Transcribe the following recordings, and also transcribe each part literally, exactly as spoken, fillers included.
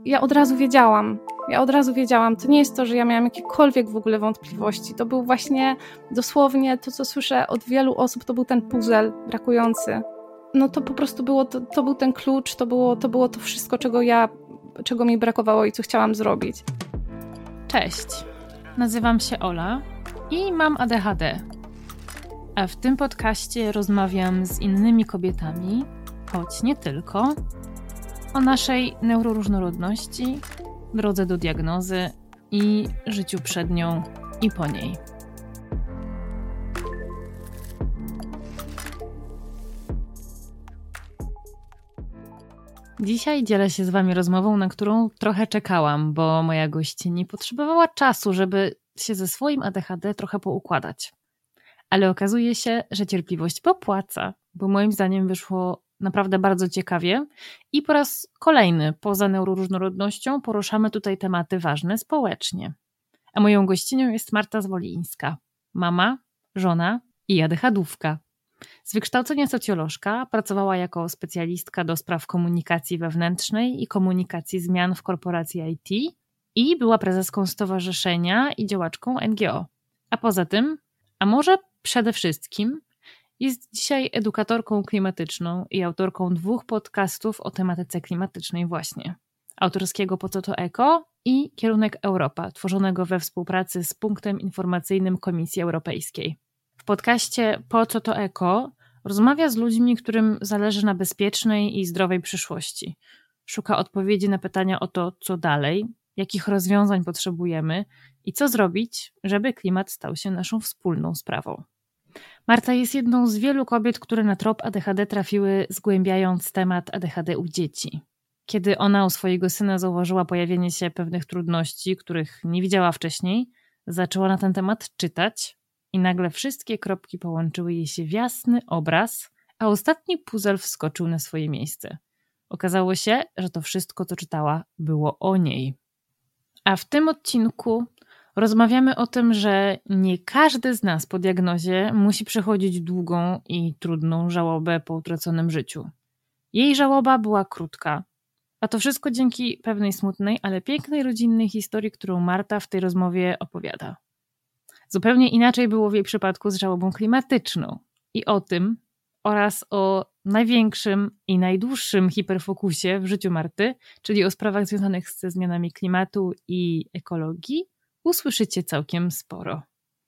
ja od razu wiedziałam. Ja od razu wiedziałam. To nie jest to, że ja miałam jakiekolwiek w ogóle wątpliwości. To był właśnie dosłownie to, co słyszę od wielu osób, to był ten puzzle brakujący. No to po prostu było, to, to był ten klucz, to było, to było to wszystko, czego ja, czego mi brakowało i co chciałam zrobić. Cześć, nazywam się Ola i mam A D H D. A w tym podcaście rozmawiam z innymi kobietami, choć nie tylko, o naszej neuroróżnorodności, drodze do diagnozy i życiu przed nią i po niej. Dzisiaj dzielę się z Wami rozmową, na którą trochę czekałam, bo moja gościni potrzebowała czasu, żeby się ze swoim A D H D trochę poukładać. Ale okazuje się, że cierpliwość popłaca, bo moim zdaniem wyszło naprawdę bardzo ciekawie i po raz kolejny poza neuroróżnorodnością poruszamy tutaj tematy ważne społecznie. A moją gościnią jest Marta Zwolińska, mama, żona i ADHDówka. Z wykształcenia socjolożka pracowała jako specjalistka do spraw komunikacji wewnętrznej i komunikacji zmian w korporacji I T i była prezeską stowarzyszenia i działaczką N G O. A poza tym, a może przede wszystkim, jest dzisiaj edukatorką klimatyczną i autorką dwóch podcastów o tematyce klimatycznej właśnie. Autorskiego Po co to eko i Kierunek Europa, tworzonego we współpracy z Punktem Informacyjnym Komisji Europejskiej. W podcaście Po co to eko rozmawia z ludźmi, którym zależy na bezpiecznej i zdrowej przyszłości. Szuka odpowiedzi na pytania o to, co dalej, jakich rozwiązań potrzebujemy i co zrobić, żeby klimat stał się naszą wspólną sprawą. Marta jest jedną z wielu kobiet, które na trop A D H D trafiły, zgłębiając temat A D H D u dzieci. Kiedy ona u swojego syna zauważyła pojawienie się pewnych trudności, których nie widziała wcześniej, zaczęła na ten temat czytać i nagle wszystkie kropki połączyły jej się w jasny obraz, a ostatni puzzle wskoczył na swoje miejsce. Okazało się, że to wszystko, co czytała, było o niej. A w tym odcinku rozmawiamy o tym, że nie każdy z nas po diagnozie musi przechodzić długą i trudną żałobę po utraconym życiu. Jej żałoba była krótka, a to wszystko dzięki pewnej smutnej, ale pięknej rodzinnej historii, którą Marta w tej rozmowie opowiada. Zupełnie inaczej było w jej przypadku z żałobą klimatyczną i o tym oraz o największym i najdłuższym hiperfokusie w życiu Marty, czyli o sprawach związanych ze zmianami klimatu i ekologii, usłyszycie całkiem sporo.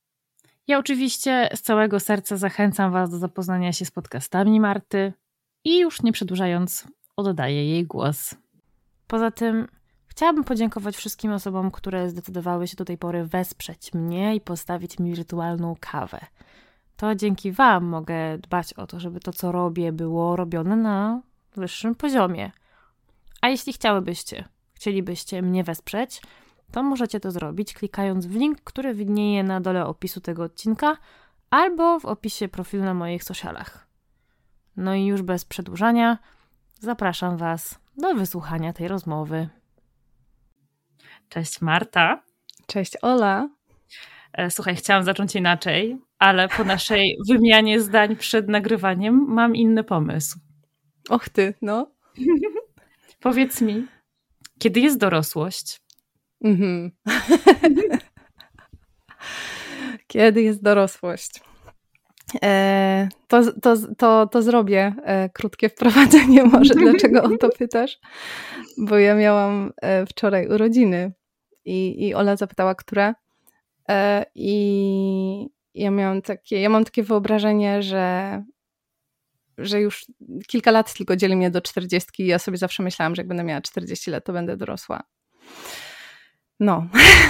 Ja oczywiście z całego serca zachęcam Was do zapoznania się z podcastami Marty i już nie przedłużając, oddaję jej głos. Poza tym chciałabym podziękować wszystkim osobom, które zdecydowały się do tej pory wesprzeć mnie i postawić mi wirtualną kawę. To dzięki Wam mogę dbać o to, żeby to, co robię, było robione na wyższym poziomie. A jeśli chciałybyście, chcielibyście mnie wesprzeć, to możecie to zrobić klikając w link, który widnieje na dole opisu tego odcinka albo w opisie profilu na moich socialach. No i już bez przedłużania zapraszam Was do wysłuchania tej rozmowy. Cześć Marta. Cześć Ola. Słuchaj, chciałam zacząć inaczej, ale po naszej wymianie zdań przed nagrywaniem mam inny pomysł. Och ty, no. Powiedz mi, kiedy jest dorosłość? Mhm. Kiedy jest dorosłość? E, to, to, to, to zrobię e, krótkie wprowadzenie może, dlaczego o to pytasz? Bo ja miałam e, wczoraj urodziny i, i Ola zapytała, które? E, I ja miałam takie, ja mam takie wyobrażenie, że, że już kilka lat tylko dzieli mnie do czterdziestki i ja sobie zawsze myślałam, że jak będę miała czterdzieści lat, to będę dorosła. No.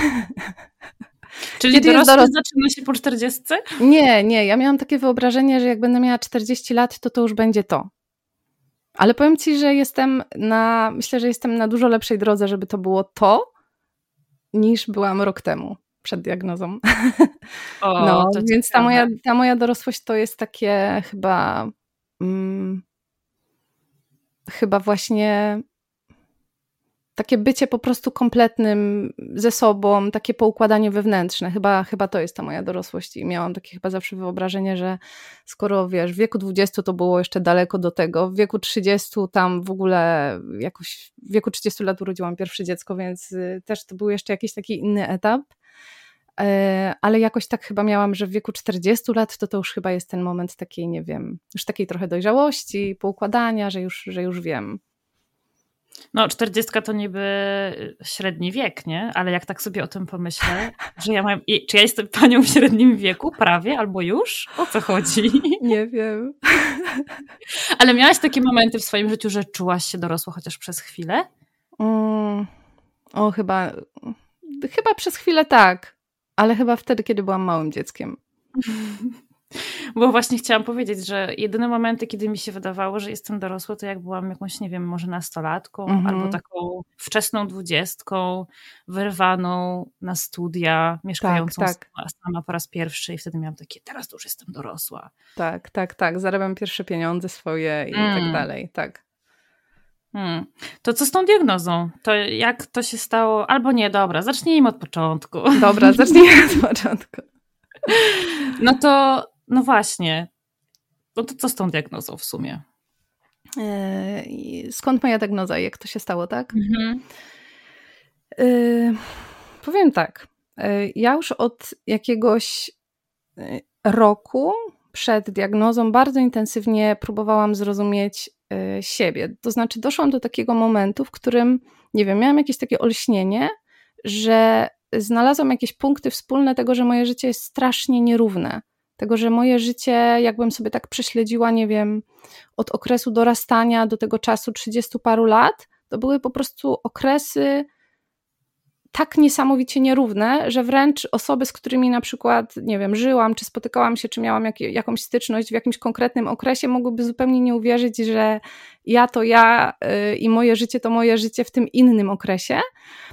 Czyli Kiedy dorosłość doros... zaczyna się po czterdziestce? Nie, nie. Ja miałam takie wyobrażenie, że jak będę miała czterdzieści lat, to to już będzie to. Ale powiem Ci, że jestem na, myślę, że jestem na dużo lepszej drodze, żeby to było to, niż byłam rok temu przed diagnozą. O, no, to więc ta moja, ta moja dorosłość to jest takie chyba mm, chyba właśnie takie bycie po prostu kompletnym ze sobą, takie poukładanie wewnętrzne. Chyba, chyba to jest ta moja dorosłość i miałam takie chyba zawsze wyobrażenie, że skoro wiesz, w wieku dwudziestu to było jeszcze daleko do tego, w wieku trzydziestu tam w ogóle jakoś, w wieku trzydziestu lat urodziłam pierwsze dziecko, więc też to był jeszcze jakiś taki inny etap. Ale jakoś tak chyba miałam, że w wieku czterdziestu lat to to już chyba jest ten moment takiej, nie wiem, już takiej trochę dojrzałości, poukładania, że już, że już wiem. No czterdziestka to niby średni wiek, nie? Ale jak tak sobie o tym pomyślę, że ja mam, czy ja jestem panią w średnim wieku, prawie, albo już? O co chodzi? Nie wiem. Ale miałaś takie momenty w swoim życiu, że czułaś się dorosła chociaż przez chwilę? Mm, o, chyba, chyba przez chwilę tak, ale chyba wtedy, kiedy byłam małym dzieckiem. Bo właśnie chciałam powiedzieć, że jedyne momenty, kiedy mi się wydawało, że jestem dorosła, to jak byłam jakąś, nie wiem, może nastolatką, mm-hmm. albo taką wczesną dwudziestką, wyrwaną na studia, mieszkającą tak, tak. sama po raz pierwszy i wtedy miałam takie, teraz to już jestem dorosła. Tak, tak, tak. Zarabiam pierwsze pieniądze swoje i mm. tak dalej, tak. Hmm. To co z tą diagnozą? To jak to się stało? Albo nie, dobra, zacznijmy od początku. Dobra, zacznijmy od początku. No to, no właśnie, no to co z tą diagnozą w sumie? Yy, skąd moja diagnoza i jak to się stało, tak? Mhm. Yy, powiem tak, yy, ja już od jakiegoś yy, roku przed diagnozą bardzo intensywnie próbowałam zrozumieć yy, siebie. To znaczy doszłam do takiego momentu, w którym, nie wiem, miałam jakieś takie olśnienie, że znalazłam jakieś punkty wspólne tego, że moje życie jest strasznie nierówne. Tego, że moje życie, jakbym sobie tak prześledziła, nie wiem, od okresu dorastania do tego czasu trzydziestu paru lat, to były po prostu okresy tak niesamowicie nierówne, że wręcz osoby, z którymi na przykład, nie wiem, żyłam, czy spotykałam się, czy miałam jak, jakąś styczność w jakimś konkretnym okresie, mogłyby zupełnie nie uwierzyć, że ja to ja yy, i moje życie to moje życie w tym innym okresie.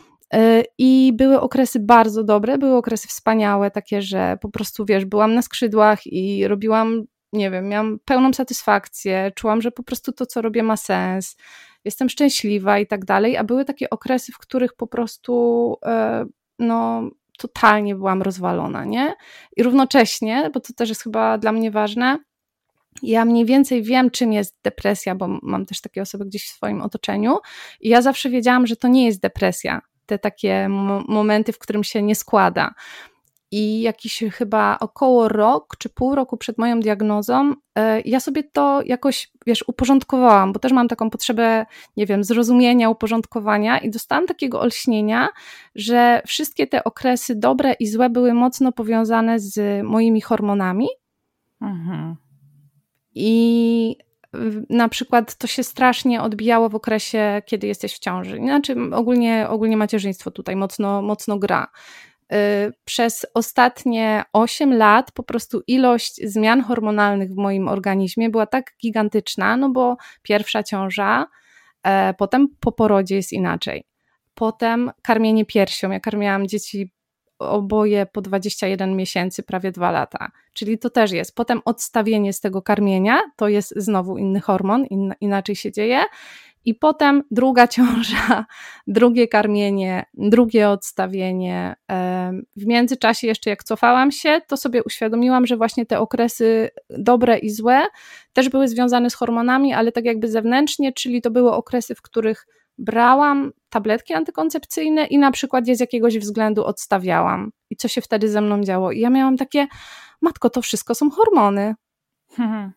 I były okresy bardzo dobre, były okresy wspaniałe, takie, że po prostu, wiesz, byłam na skrzydłach i robiłam, nie wiem, miałam pełną satysfakcję, czułam, że po prostu to, co robię, ma sens, jestem szczęśliwa i tak dalej, a były takie okresy, w których po prostu, no, totalnie byłam rozwalona, nie? I równocześnie, bo to też jest chyba dla mnie ważne, ja mniej więcej wiem, czym jest depresja, bo mam też takie osoby gdzieś w swoim otoczeniu i ja zawsze wiedziałam, że to nie jest depresja, te takie mo- momenty, w którym się nie składa. I jakiś chyba około rok czy pół roku przed moją diagnozą e, ja sobie to jakoś, wiesz, uporządkowałam, bo też mam taką potrzebę, nie wiem, zrozumienia, uporządkowania i dostałam takiego olśnienia, że wszystkie te okresy dobre i złe były mocno powiązane z moimi hormonami. Mhm. I na przykład to się strasznie odbijało w okresie, kiedy jesteś w ciąży. Znaczy ogólnie, ogólnie macierzyństwo tutaj mocno, mocno gra. Przez ostatnie osiem lat po prostu ilość zmian hormonalnych w moim organizmie była tak gigantyczna, no bo pierwsza ciąża, potem po porodzie jest inaczej. Potem karmienie piersią. Ja karmiłam dzieci oboje po dwadzieścia jeden miesięcy, prawie dwa lata. Czyli to też jest. Potem odstawienie z tego karmienia, to jest znowu inny hormon, in, inaczej się dzieje. I potem druga ciąża, drugie karmienie, drugie odstawienie. W międzyczasie jeszcze jak cofałam się, to sobie uświadomiłam, że właśnie te okresy dobre i złe też były związane z hormonami, ale tak jakby zewnętrznie, czyli to były okresy, w których brałam tabletki antykoncepcyjne i na przykład je z jakiegoś względu odstawiałam. I co się wtedy ze mną działo? I ja miałam takie, matko, to wszystko są hormony. Hmm.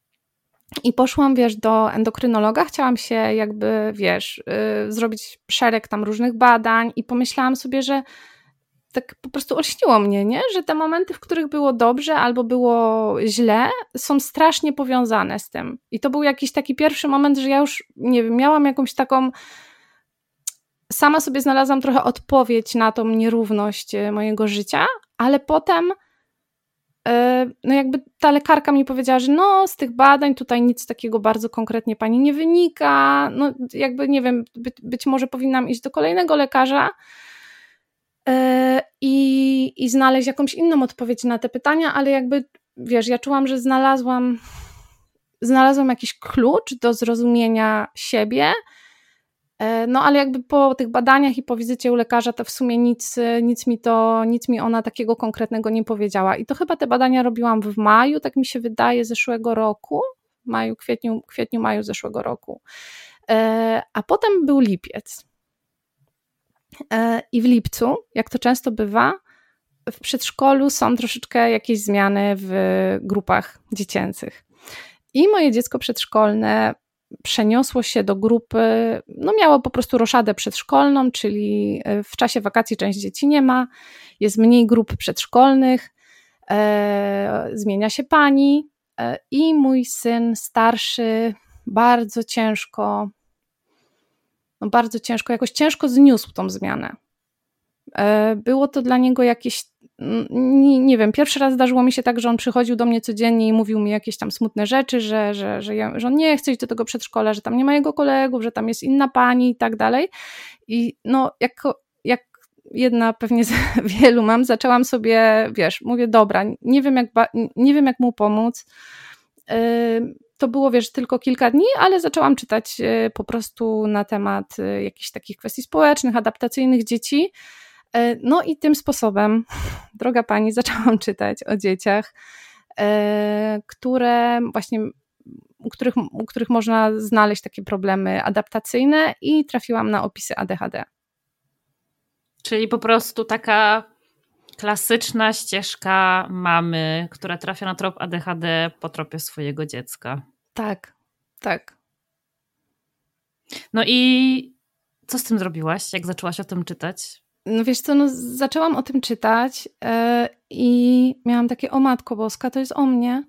I poszłam, wiesz, do endokrynologa, chciałam się jakby, wiesz, yy, zrobić szereg tam różnych badań i pomyślałam sobie, że tak po prostu olśniło mnie, nie? Że te momenty, w których było dobrze albo było źle, są strasznie powiązane z tym. I to był jakiś taki pierwszy moment, że ja już, nie wiem, miałam jakąś taką, sama sobie znalazłam trochę odpowiedź na tą nierówność mojego życia, ale potem no jakby ta lekarka mi powiedziała, że no z tych badań tutaj nic takiego bardzo konkretnie pani nie wynika, no jakby nie wiem, być, być może powinnam iść do kolejnego lekarza i, i znaleźć jakąś inną odpowiedź na te pytania, ale jakby wiesz, ja czułam, że znalazłam znalazłam jakiś klucz do zrozumienia siebie No ale jakby po tych badaniach i po wizycie u lekarza to w sumie nic, nic mi to, nic mi ona takiego konkretnego nie powiedziała. I to chyba te badania robiłam w maju, tak mi się wydaje, zeszłego roku. Maju, kwietniu, kwietniu, maju zeszłego roku. A potem był lipiec. I w lipcu, jak to często bywa, w przedszkolu są troszeczkę jakieś zmiany w grupach dziecięcych. I moje dziecko przedszkolne przeniosło się do grupy, no miało po prostu roszadę przedszkolną, czyli w czasie wakacji część dzieci nie ma, jest mniej grup przedszkolnych, e, zmienia się pani e, i mój syn starszy bardzo ciężko, no bardzo ciężko, jakoś ciężko zniósł tą zmianę. E, było to dla niego jakieś, nie, nie wiem, pierwszy raz zdarzyło mi się tak, że on przychodził do mnie codziennie i mówił mi jakieś tam smutne rzeczy, że, że, że, ja, że on nie chce iść do tego przedszkola, że tam nie ma jego kolegów, że tam jest inna pani i tak dalej. I no, jako, jak jedna pewnie z wielu mam, zaczęłam sobie, wiesz, mówię, dobra, nie wiem jak, nie wiem jak mu pomóc. To było, wiesz, tylko kilka dni, ale zaczęłam czytać po prostu na temat jakichś takich kwestii społecznych, adaptacyjnych dzieci. No i tym sposobem, droga pani, zaczęłam czytać o dzieciach, które właśnie, u których, u których można znaleźć takie problemy adaptacyjne i trafiłam na opisy A D H D. Czyli po prostu taka klasyczna ścieżka mamy, która trafia na trop A D H D po tropie swojego dziecka. Tak, tak. No i co z tym zrobiłaś, jak zaczęłaś o tym czytać? No wiesz co, no zaczęłam o tym czytać yy, i miałam takie, o Matko Boska, to jest o mnie.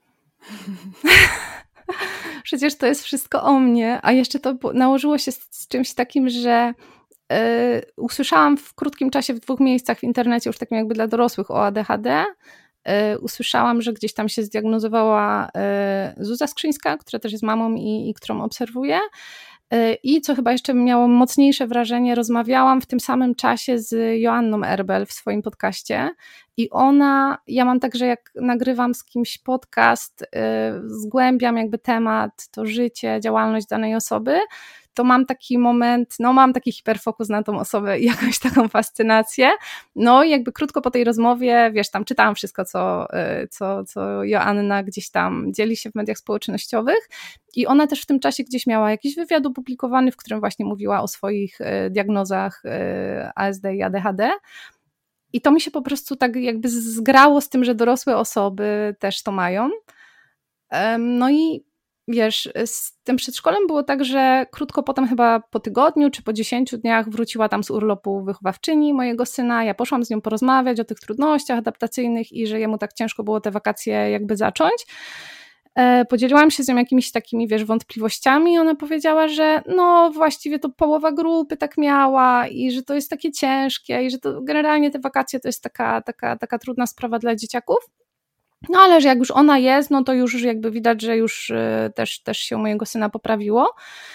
Przecież to jest wszystko o mnie, a jeszcze to nałożyło się z, z czymś takim, że yy, usłyszałam w krótkim czasie w dwóch miejscach w internecie, już takim jakby dla dorosłych, o A D H D. Yy, usłyszałam, że gdzieś tam się zdiagnozowała yy, Zuza Skrzyńska, która też jest mamą i, i którą obserwuję. I co chyba jeszcze miało mocniejsze wrażenie, rozmawiałam w tym samym czasie z Joanną Erbel w swoim podcaście i ona, ja mam tak, że jak nagrywam z kimś podcast, yy, zgłębiam jakby temat, to życie, działalność danej osoby, to mam taki moment, no mam taki hiperfokus na tą osobę i jakąś taką fascynację. No i jakby krótko po tej rozmowie, wiesz, tam czytałam wszystko, co, co, co Joanna gdzieś tam dzieli się w mediach społecznościowych i ona też w tym czasie gdzieś miała jakiś wywiad opublikowany, w którym właśnie mówiła o swoich diagnozach A S D i A D H D. I to mi się po prostu tak jakby zgrało z tym, że dorosłe osoby też to mają. No i wiesz, z tym przedszkolem było tak, że krótko potem, chyba po tygodniu czy po dziesięciu dniach wróciła tam z urlopu wychowawczyni mojego syna. Ja poszłam z nią porozmawiać o tych trudnościach adaptacyjnych i że jemu tak ciężko było te wakacje jakby zacząć. Podzieliłam się z nią jakimiś takimi, wiesz, wątpliwościami i ona powiedziała, że no właściwie to połowa grupy tak miała i że to jest takie ciężkie i że to generalnie te wakacje to jest taka, taka, taka trudna sprawa dla dzieciaków. No ale że jak już ona jest, no to już jakby widać, że już też, też się u mojego syna poprawiło.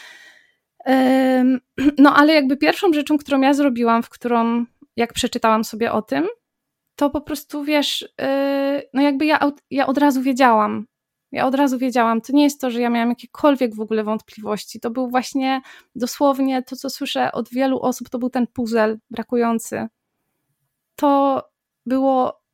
No ale jakby pierwszą rzeczą, którą ja zrobiłam, w którą jak przeczytałam sobie o tym, to po prostu wiesz, no jakby ja, ja od razu wiedziałam, ja od razu wiedziałam, to nie jest to, że ja miałam jakiekolwiek w ogóle wątpliwości, to był właśnie dosłownie to, co słyszę od wielu osób, to był ten puzzle brakujący. To było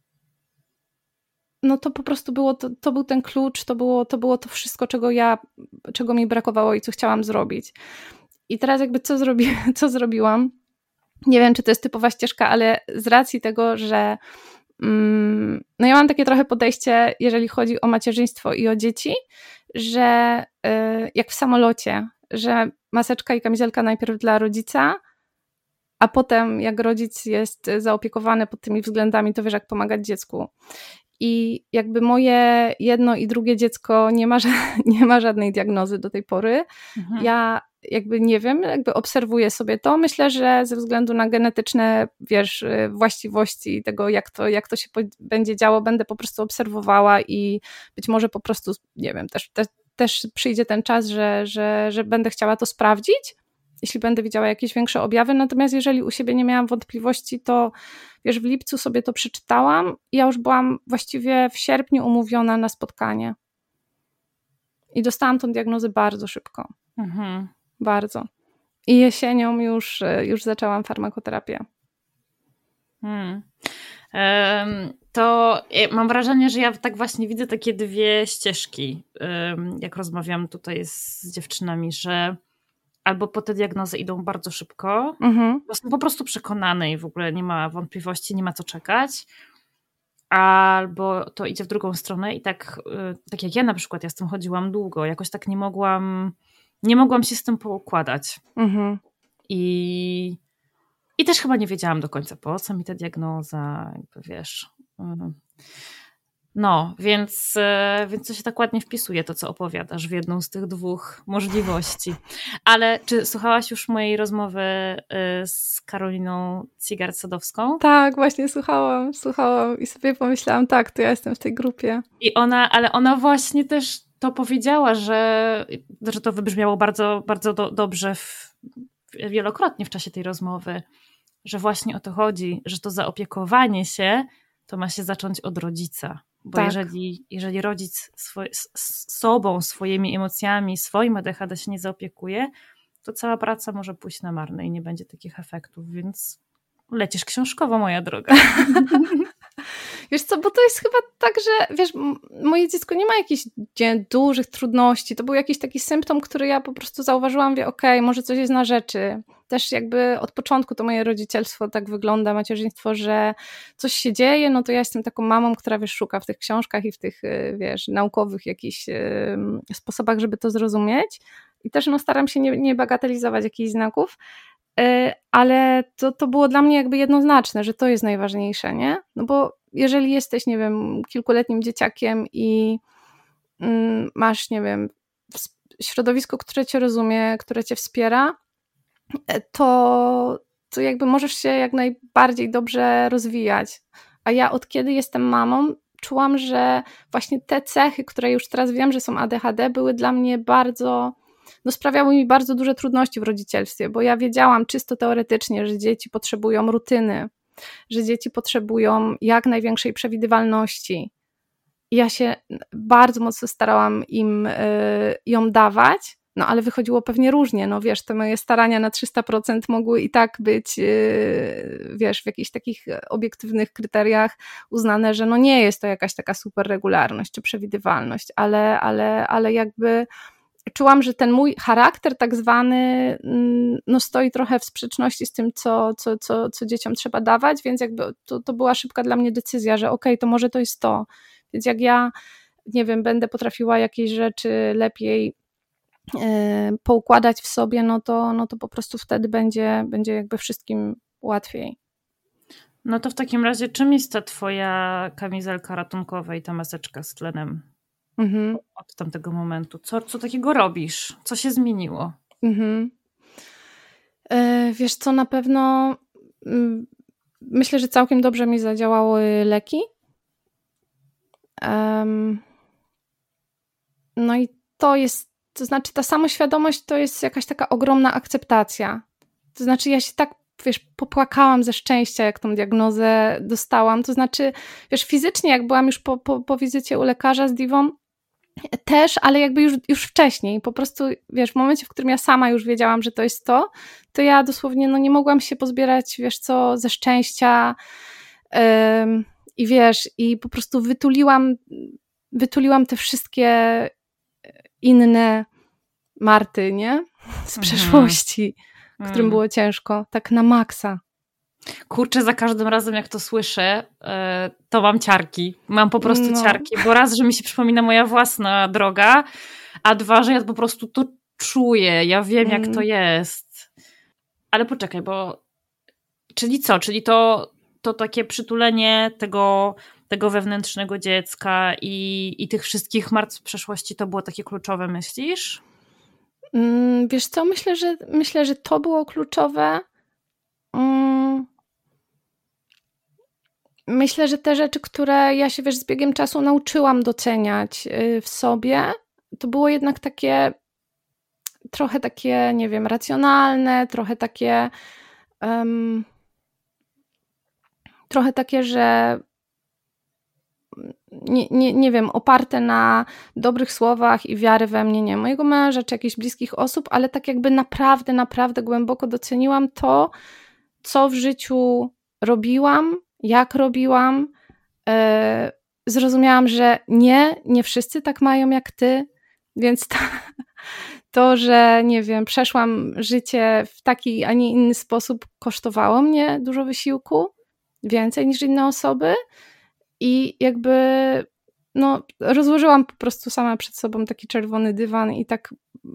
no to po prostu było, to, to był ten klucz, to było, to było to wszystko, czego ja, czego mi brakowało i co chciałam zrobić. I teraz jakby co, zrobi, co zrobiłam? Nie wiem, czy to jest typowa ścieżka, ale z racji tego, że mm, no ja mam takie trochę podejście, jeżeli chodzi o macierzyństwo i o dzieci, że y, jak w samolocie, że maseczka i kamizelka najpierw dla rodzica, a potem jak rodzic jest zaopiekowany pod tymi względami, to wiesz, jak pomagać dziecku. I jakby moje jedno i drugie dziecko nie ma, nie ma żadnej diagnozy do tej pory. Mhm. Ja jakby nie wiem, jakby obserwuję sobie to. Myślę, że ze względu na genetyczne, wiesz, właściwości tego, jak to, jak to się będzie działo, będę po prostu obserwowała i być może po prostu, nie wiem, też, też, też przyjdzie ten czas, że, że, że będę chciała to sprawdzić, jeśli będę widziała jakieś większe objawy, natomiast jeżeli u siebie nie miałam wątpliwości, to wiesz, w lipcu sobie to przeczytałam i ja już byłam właściwie w sierpniu umówiona na spotkanie. I dostałam tą diagnozę bardzo szybko. Mhm. Bardzo. I jesienią już, już zaczęłam farmakoterapię. Hmm. Um, to mam wrażenie, że ja tak właśnie widzę takie dwie ścieżki, um, jak rozmawiam tutaj z, z dziewczynami, że albo po te diagnozy idą bardzo szybko, Mhm. bo są po prostu przekonane i w ogóle nie ma wątpliwości, nie ma co czekać, albo to idzie w drugą stronę i tak, tak jak ja na przykład, ja z tym chodziłam długo, jakoś tak nie mogłam, nie mogłam się z tym poukładać. Mhm. I, I też chyba nie wiedziałam do końca, po co mi ta diagnoza, jakby wiesz. No, więc, więc to się tak ładnie wpisuje, to co opowiadasz, w jedną z tych dwóch możliwości. Ale czy słuchałaś już mojej rozmowy z Karoliną Cigart-Sadowską? Tak, właśnie słuchałam, słuchałam i sobie pomyślałam, tak, to ja jestem w tej grupie. I ona, ale ona właśnie też to powiedziała, że, że to wybrzmiało bardzo, bardzo do, dobrze w, wielokrotnie w czasie tej rozmowy, że właśnie o to chodzi, że to zaopiekowanie się to ma się zacząć od rodzica. Bo tak. jeżeli, jeżeli rodzic swoj, z sobą, swoimi emocjami, swoim A D H D się nie zaopiekuje, to cała praca może pójść na marne i nie będzie takich efektów, więc lecisz książkowo, moja droga. Wiesz co, bo to jest chyba tak, że wiesz, moje dziecko nie ma jakichś dużych trudności, to był jakiś taki symptom, który ja po prostu zauważyłam, wie, okej, okay, może coś jest na rzeczy. Też jakby od początku to moje rodzicielstwo tak wygląda, macierzyństwo, że coś się dzieje, no to ja jestem taką mamą, która wiesz, szuka w tych książkach i w tych, wiesz, naukowych jakichś sposobach, żeby to zrozumieć i też no staram się nie, nie bagatelizować jakichś znaków, ale to, to było dla mnie jakby jednoznaczne, że to jest najważniejsze, nie? No bo jeżeli jesteś, nie wiem, kilkuletnim dzieciakiem i mm, masz, nie wiem, środowisko, które cię rozumie, które cię wspiera, to, to jakby możesz się jak najbardziej dobrze rozwijać. A ja od kiedy jestem mamą, czułam, że właśnie te cechy, które już teraz wiem, że są A D H D, były dla mnie bardzo... no sprawiały mi bardzo duże trudności w rodzicielstwie, bo ja wiedziałam czysto teoretycznie, że dzieci potrzebują rutyny, że dzieci potrzebują jak największej przewidywalności. I ja się bardzo mocno starałam im y, ją dawać, no ale wychodziło pewnie różnie, no wiesz, te moje starania na trzysta procent mogły i tak być, y, wiesz, w jakichś takich obiektywnych kryteriach uznane, że no nie jest to jakaś taka super regularność czy przewidywalność, ale, ale, ale jakby czułam, że ten mój charakter tak zwany no stoi trochę w sprzeczności z tym, co, co, co, co dzieciom trzeba dawać, więc jakby to, to była szybka dla mnie decyzja, że okej, okay, to może to jest to. Więc jak ja, nie wiem, będę potrafiła jakieś rzeczy lepiej yy, poukładać w sobie, no to, no to po prostu wtedy będzie, będzie jakby wszystkim łatwiej. No to w takim razie czym jest ta twoja kamizelka ratunkowa i ta maseczka z tlenem? Mhm. Od tamtego momentu. Co, co takiego robisz? Co się zmieniło? Mhm. Yy, wiesz co, na pewno yy, myślę, że całkiem dobrze mi zadziałały leki. Um, no i to jest, to znaczy ta samoświadomość to jest jakaś taka ogromna akceptacja. To znaczy ja się tak, wiesz, popłakałam ze szczęścia, jak tą diagnozę dostałam. To znaczy, wiesz, fizycznie jak byłam już po, po, po wizycie u lekarza z Diwą, też, ale jakby już, już wcześniej, po prostu, wiesz, w momencie, w którym ja sama już wiedziałam, że to jest to, to ja dosłownie, no nie mogłam się pozbierać, wiesz co, ze szczęścia ym, i wiesz, i po prostu wytuliłam, wytuliłam te wszystkie inne Marty, nie? Z mhm. przeszłości, którym mhm. było ciężko, tak na maksa. Kurczę, za każdym razem jak to słyszę, to mam ciarki. Mam po prostu no. ciarki, bo raz, że mi się przypomina moja własna droga, a dwa, że ja po prostu to czuję. Ja wiem, mm. jak to jest. Ale poczekaj, bo czyli co? Czyli to, to takie przytulenie tego, tego wewnętrznego dziecka i, i tych wszystkich martw przeszłości to było takie kluczowe, myślisz? Mm, wiesz co? Myślę, że myślę, że to było kluczowe. Mm. Myślę, że te rzeczy, które ja się, wiesz, z biegiem czasu nauczyłam doceniać w sobie, to było jednak takie trochę takie, nie wiem, racjonalne, trochę takie um, trochę takie, że nie, nie, nie wiem, oparte na dobrych słowach i wiary we mnie, nie mojego męża czy jakichś bliskich osób, ale tak jakby naprawdę, naprawdę głęboko doceniłam to, co w życiu robiłam, jak robiłam. Yy, zrozumiałam, że nie, nie wszyscy tak mają jak ty, więc to, to, że nie wiem, przeszłam życie w taki, a nie inny sposób, kosztowało mnie dużo wysiłku, więcej niż inne osoby i jakby no, rozłożyłam po prostu sama przed sobą taki czerwony dywan i tak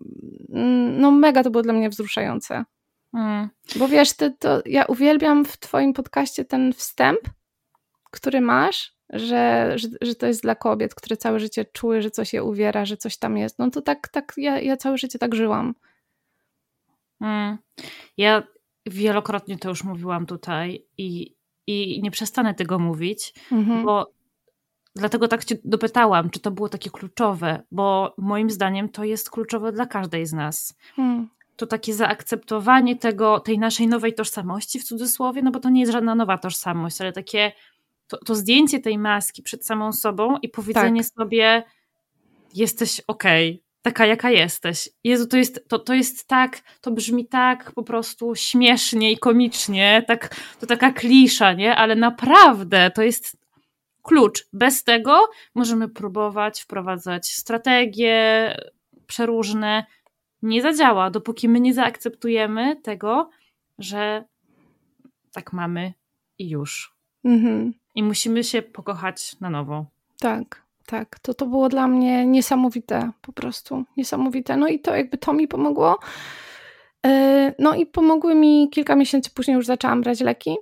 no mega to było dla mnie wzruszające. Hmm. Bo wiesz, to, to ja uwielbiam w twoim podcaście ten wstęp, który masz, że, że, że to jest dla kobiet, które całe życie czuły, że coś je uwiera, że coś tam jest. No to tak, tak ja, ja całe życie tak żyłam. Hmm. Ja wielokrotnie to już mówiłam tutaj i, i nie przestanę tego mówić, mhm. bo dlatego tak cię dopytałam, czy to było takie kluczowe, bo moim zdaniem to jest kluczowe dla każdej z nas. Hmm. To takie zaakceptowanie tego, tej naszej nowej tożsamości w cudzysłowie, no bo to nie jest żadna nowa tożsamość, ale takie to, to zdjęcie tej maski przed samą sobą i powiedzenie tak. sobie jesteś okej, okay, taka jaka jesteś. Jezu, to jest, to, to jest tak, to brzmi tak po prostu śmiesznie i komicznie, tak, to taka klisza, nie? Ale naprawdę to jest klucz. Bez tego możemy próbować wprowadzać strategie przeróżne. Nie zadziała, dopóki my nie zaakceptujemy tego, że tak mamy i już. Mhm. I musimy się pokochać na nowo. Tak, tak. To, to było dla mnie niesamowite, po prostu niesamowite. No i to jakby to mi pomogło. No i pomogły mi kilka miesięcy później, już zaczęłam brać leki.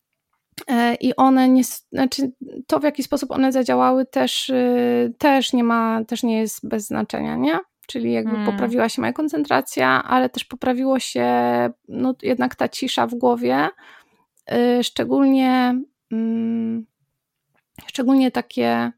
I one nie, znaczy to w jaki sposób one zadziałały też, też nie ma, też nie jest bez znaczenia, nie? Czyli jakby hmm. poprawiła się moja koncentracja, ale też poprawiło się no jednak ta cisza w głowie, yy, szczególnie yy, szczególnie takie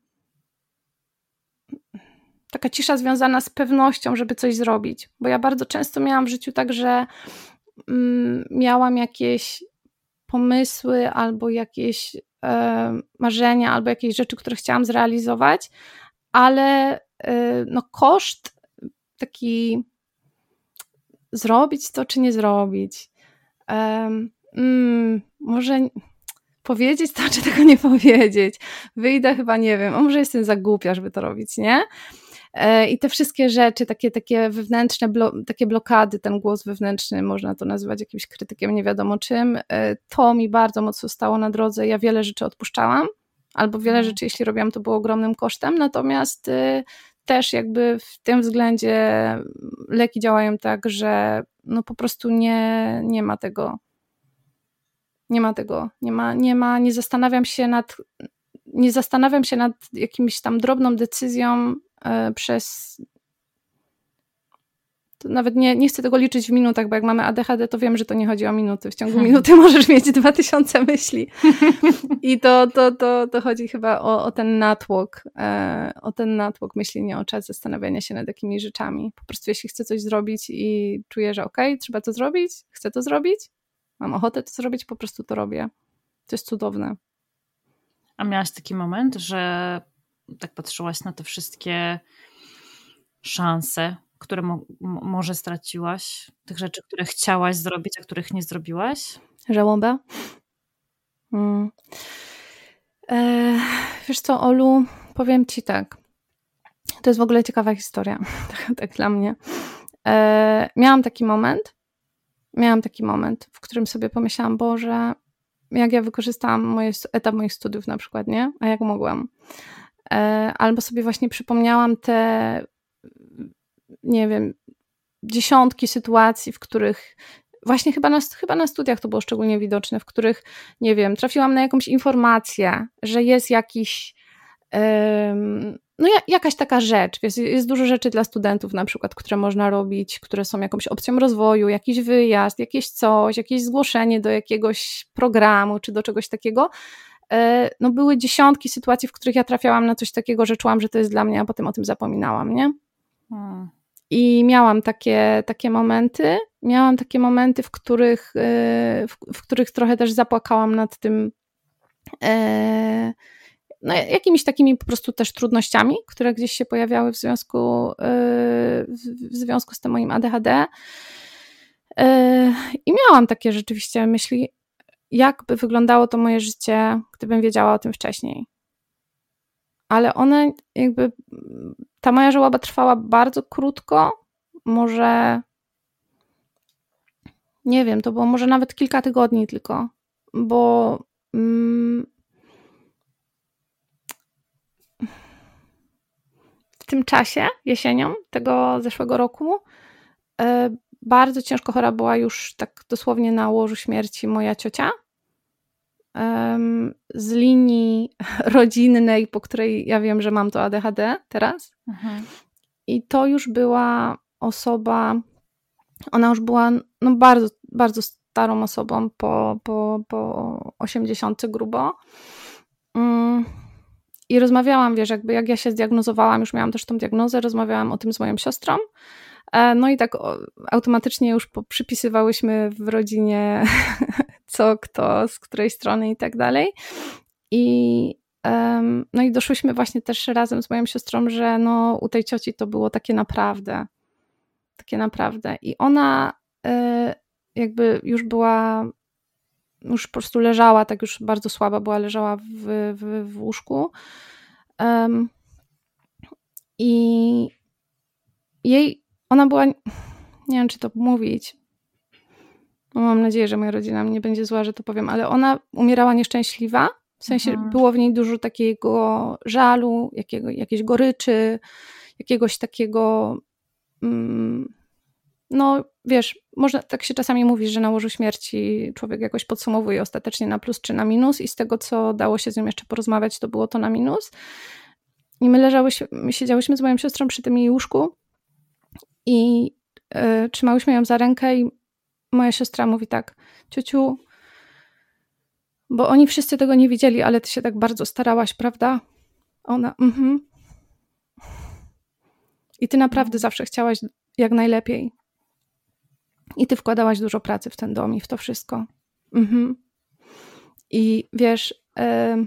taka cisza związana z pewnością, żeby coś zrobić, bo ja bardzo często miałam w życiu tak, że yy, miałam jakieś pomysły albo jakieś yy, marzenia, albo jakieś rzeczy, które chciałam zrealizować, ale yy, no koszt taki zrobić to, czy nie zrobić. Um, mm, może powiedzieć to, czy tego nie powiedzieć. Wyjdę chyba, nie wiem, a może jestem za głupia, żeby to robić, nie? E, I te wszystkie rzeczy, takie, takie wewnętrzne, blo- takie blokady, ten głos wewnętrzny, można to nazywać jakimś krytykiem, nie wiadomo czym, e, to mi bardzo mocno stało na drodze. Ja wiele rzeczy odpuszczałam, albo wiele rzeczy, jeśli robiłam, to było ogromnym kosztem, natomiast y, też jakby w tym względzie leki działają tak, że no po prostu nie, nie ma tego, nie ma tego, nie ma, nie ma, nie zastanawiam się nad, nie zastanawiam się nad jakimś tam drobną decyzją y, przez, to nawet nie, nie chcę tego liczyć w minutach, bo jak mamy A D H D, to wiem, że to nie chodzi o minuty. W ciągu minuty możesz mieć dwa tysiące myśli. I to, to, to, to chodzi chyba o, o ten natłok, e, o ten natłok myśli, nie o czas zastanawiania się nad jakimiś rzeczami. Po prostu jeśli chcę coś zrobić i czuję, że okej, okay, trzeba to zrobić, chcę to zrobić, mam ochotę to zrobić, po prostu to robię. To jest cudowne. A miałaś taki moment, że tak patrzyłaś na te wszystkie szanse, które mo- może straciłaś, tych rzeczy, które chciałaś zrobić, a których nie zrobiłaś? Żałoba? Hmm. E, wiesz co, Olu, powiem ci tak. To jest w ogóle ciekawa historia, tak, tak dla mnie. E, miałam taki moment, miałam taki moment, w którym sobie pomyślałam, Boże, jak ja wykorzystałam moje, etap moich studiów na przykład, nie? A jak mogłam. E, albo sobie właśnie przypomniałam te nie wiem, dziesiątki sytuacji, w których właśnie chyba na, chyba na studiach to było szczególnie widoczne, w których, nie wiem, trafiłam na jakąś informację, że jest jakiś um, no jakaś taka rzecz, jest, jest dużo rzeczy dla studentów na przykład, które można robić, które są jakąś opcją rozwoju, jakiś wyjazd, jakieś coś, jakieś zgłoszenie do jakiegoś programu, czy do czegoś takiego. No były dziesiątki sytuacji, w których ja trafiałam na coś takiego, że czułam, że to jest dla mnie, a potem o tym zapominałam, nie? Hmm. I miałam takie, takie momenty, miałam takie momenty, w których, w, w których trochę też zapłakałam nad tym, no, jakimiś takimi po prostu też trudnościami, które gdzieś się pojawiały w związku, w związku z tym moim A D H D. I miałam takie rzeczywiście myśli, jak by wyglądało to moje życie, gdybym wiedziała o tym wcześniej. Ale one jakby, ta moja żałoba trwała bardzo krótko, może, nie wiem, to było może nawet kilka tygodni tylko, bo mm, w tym czasie, jesienią tego zeszłego roku, y, bardzo ciężko chora była już tak dosłownie na łożu śmierci moja ciocia. Z linii rodzinnej, po której ja wiem, że mam to A D H D teraz. Mhm. I to już była osoba, ona już była no bardzo, bardzo starą osobą, po, po, po osiemdziesiątce grubo. I rozmawiałam, wiesz, jakby jak ja się zdiagnozowałam, już miałam też tą diagnozę, rozmawiałam o tym z moją siostrą. No i tak automatycznie już przypisywałyśmy w rodzinie co, kto, z której strony i tak dalej. I, um, no i doszłyśmy właśnie też razem z moją siostrą, że no u tej cioci to było takie naprawdę, takie naprawdę. I ona y, jakby już była, już po prostu leżała, tak już bardzo słaba była, leżała w, w, w łóżku. Um, I jej, ona była, nie wiem czy to mówić, no mam nadzieję, że moja rodzina nie będzie zła, że to powiem, ale ona umierała nieszczęśliwa, w sensie mhm. było w niej dużo takiego żalu, jakiego, jakiejś goryczy, jakiegoś takiego, mm, no wiesz, można, tak się czasami mówi, że na łożu śmierci człowiek jakoś podsumowuje ostatecznie na plus czy na minus i z tego, co dało się z nią jeszcze porozmawiać, to było to na minus. I my leżałyśmy, my siedziałyśmy z moją siostrą przy tym jej łóżku i y, trzymałyśmy ją za rękę i moja siostra mówi tak, ciociu, bo oni wszyscy tego nie widzieli, ale ty się tak bardzo starałaś, prawda? Ona, mhm. I ty naprawdę zawsze chciałaś jak najlepiej. I ty wkładałaś dużo pracy w ten dom i w to wszystko. Mhm. I wiesz, yy,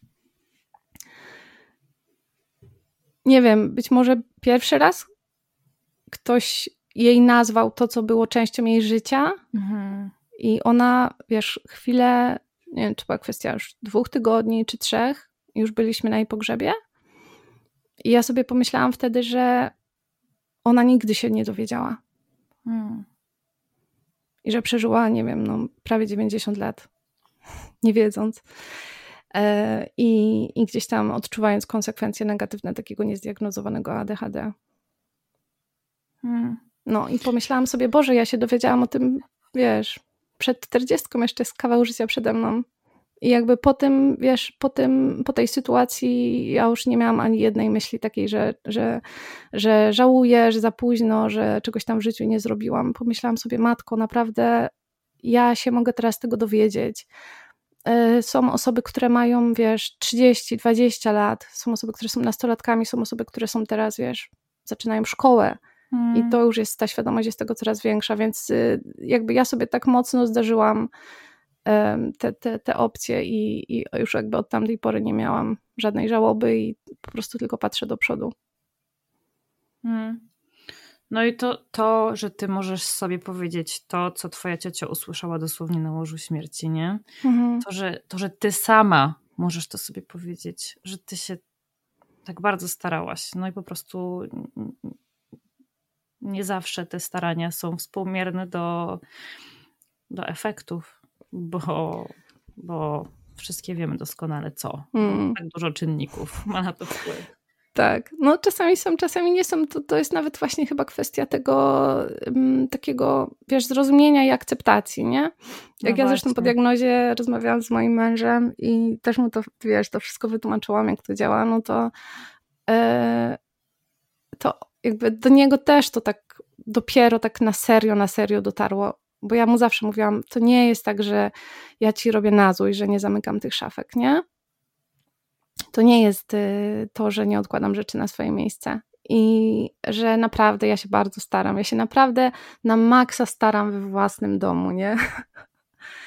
nie wiem, być może pierwszy raz ktoś jej nazwał to, co było częścią jej życia mhm. i ona, wiesz, chwilę, nie wiem, czy była kwestia już dwóch tygodni czy trzech, już byliśmy na jej pogrzebie i ja sobie pomyślałam wtedy, że ona nigdy się nie dowiedziała. Hmm. I że przeżyła, nie wiem, no, prawie dziewięćdziesiąt lat, nie wiedząc. E, i, I gdzieś tam odczuwając konsekwencje negatywne takiego niezdiagnozowanego A D H D. Hmm. No i pomyślałam sobie, Boże, ja się dowiedziałam o tym, wiesz, przed czterdziestką, jeszcze z kawał życia przede mną. I jakby po tym, wiesz, po tym, po tej sytuacji ja już nie miałam ani jednej myśli takiej, że, że, że żałuję, że za późno, że czegoś tam w życiu nie zrobiłam. Pomyślałam sobie, matko, naprawdę ja się mogę teraz tego dowiedzieć. Są osoby, które mają, wiesz, trzydzieści, dwadzieścia lat, są osoby, które są nastolatkami, są osoby, które są teraz, wiesz, zaczynają szkołę. Hmm. I to już jest, ta świadomość jest tego coraz większa, więc jakby ja sobie tak mocno zdarzyłam te, te, te opcje i, i już jakby od tamtej pory nie miałam żadnej żałoby i po prostu tylko patrzę do przodu. Hmm. No i to, to, że ty możesz sobie powiedzieć to, co twoja ciocia usłyszała dosłownie na łożu śmierci, nie? Mhm. To, że, to, że ty sama możesz to sobie powiedzieć, że ty się tak bardzo starałaś. No i po prostu nie zawsze te starania są współmierne do, do efektów, bo, bo wszystkie wiemy doskonale co. Mm. Tak dużo czynników ma na to wpływ. Tak, no czasami są, czasami nie są, to, to jest nawet właśnie chyba kwestia tego um, takiego, wiesz, zrozumienia i akceptacji, nie? Jak no ja właśnie. Zresztą po diagnozie rozmawiałam z moim mężem i też mu to, wiesz, to wszystko wytłumaczyłam, jak to działa, no to e, to jakby do niego też to tak dopiero tak na serio, na serio dotarło, bo ja mu zawsze mówiłam, to nie jest tak, że ja ci robię na złość, że nie zamykam tych szafek, nie? To nie jest to, że nie odkładam rzeczy na swoje miejsce i że naprawdę ja się bardzo staram. Ja się naprawdę na maksa staram we własnym domu, nie?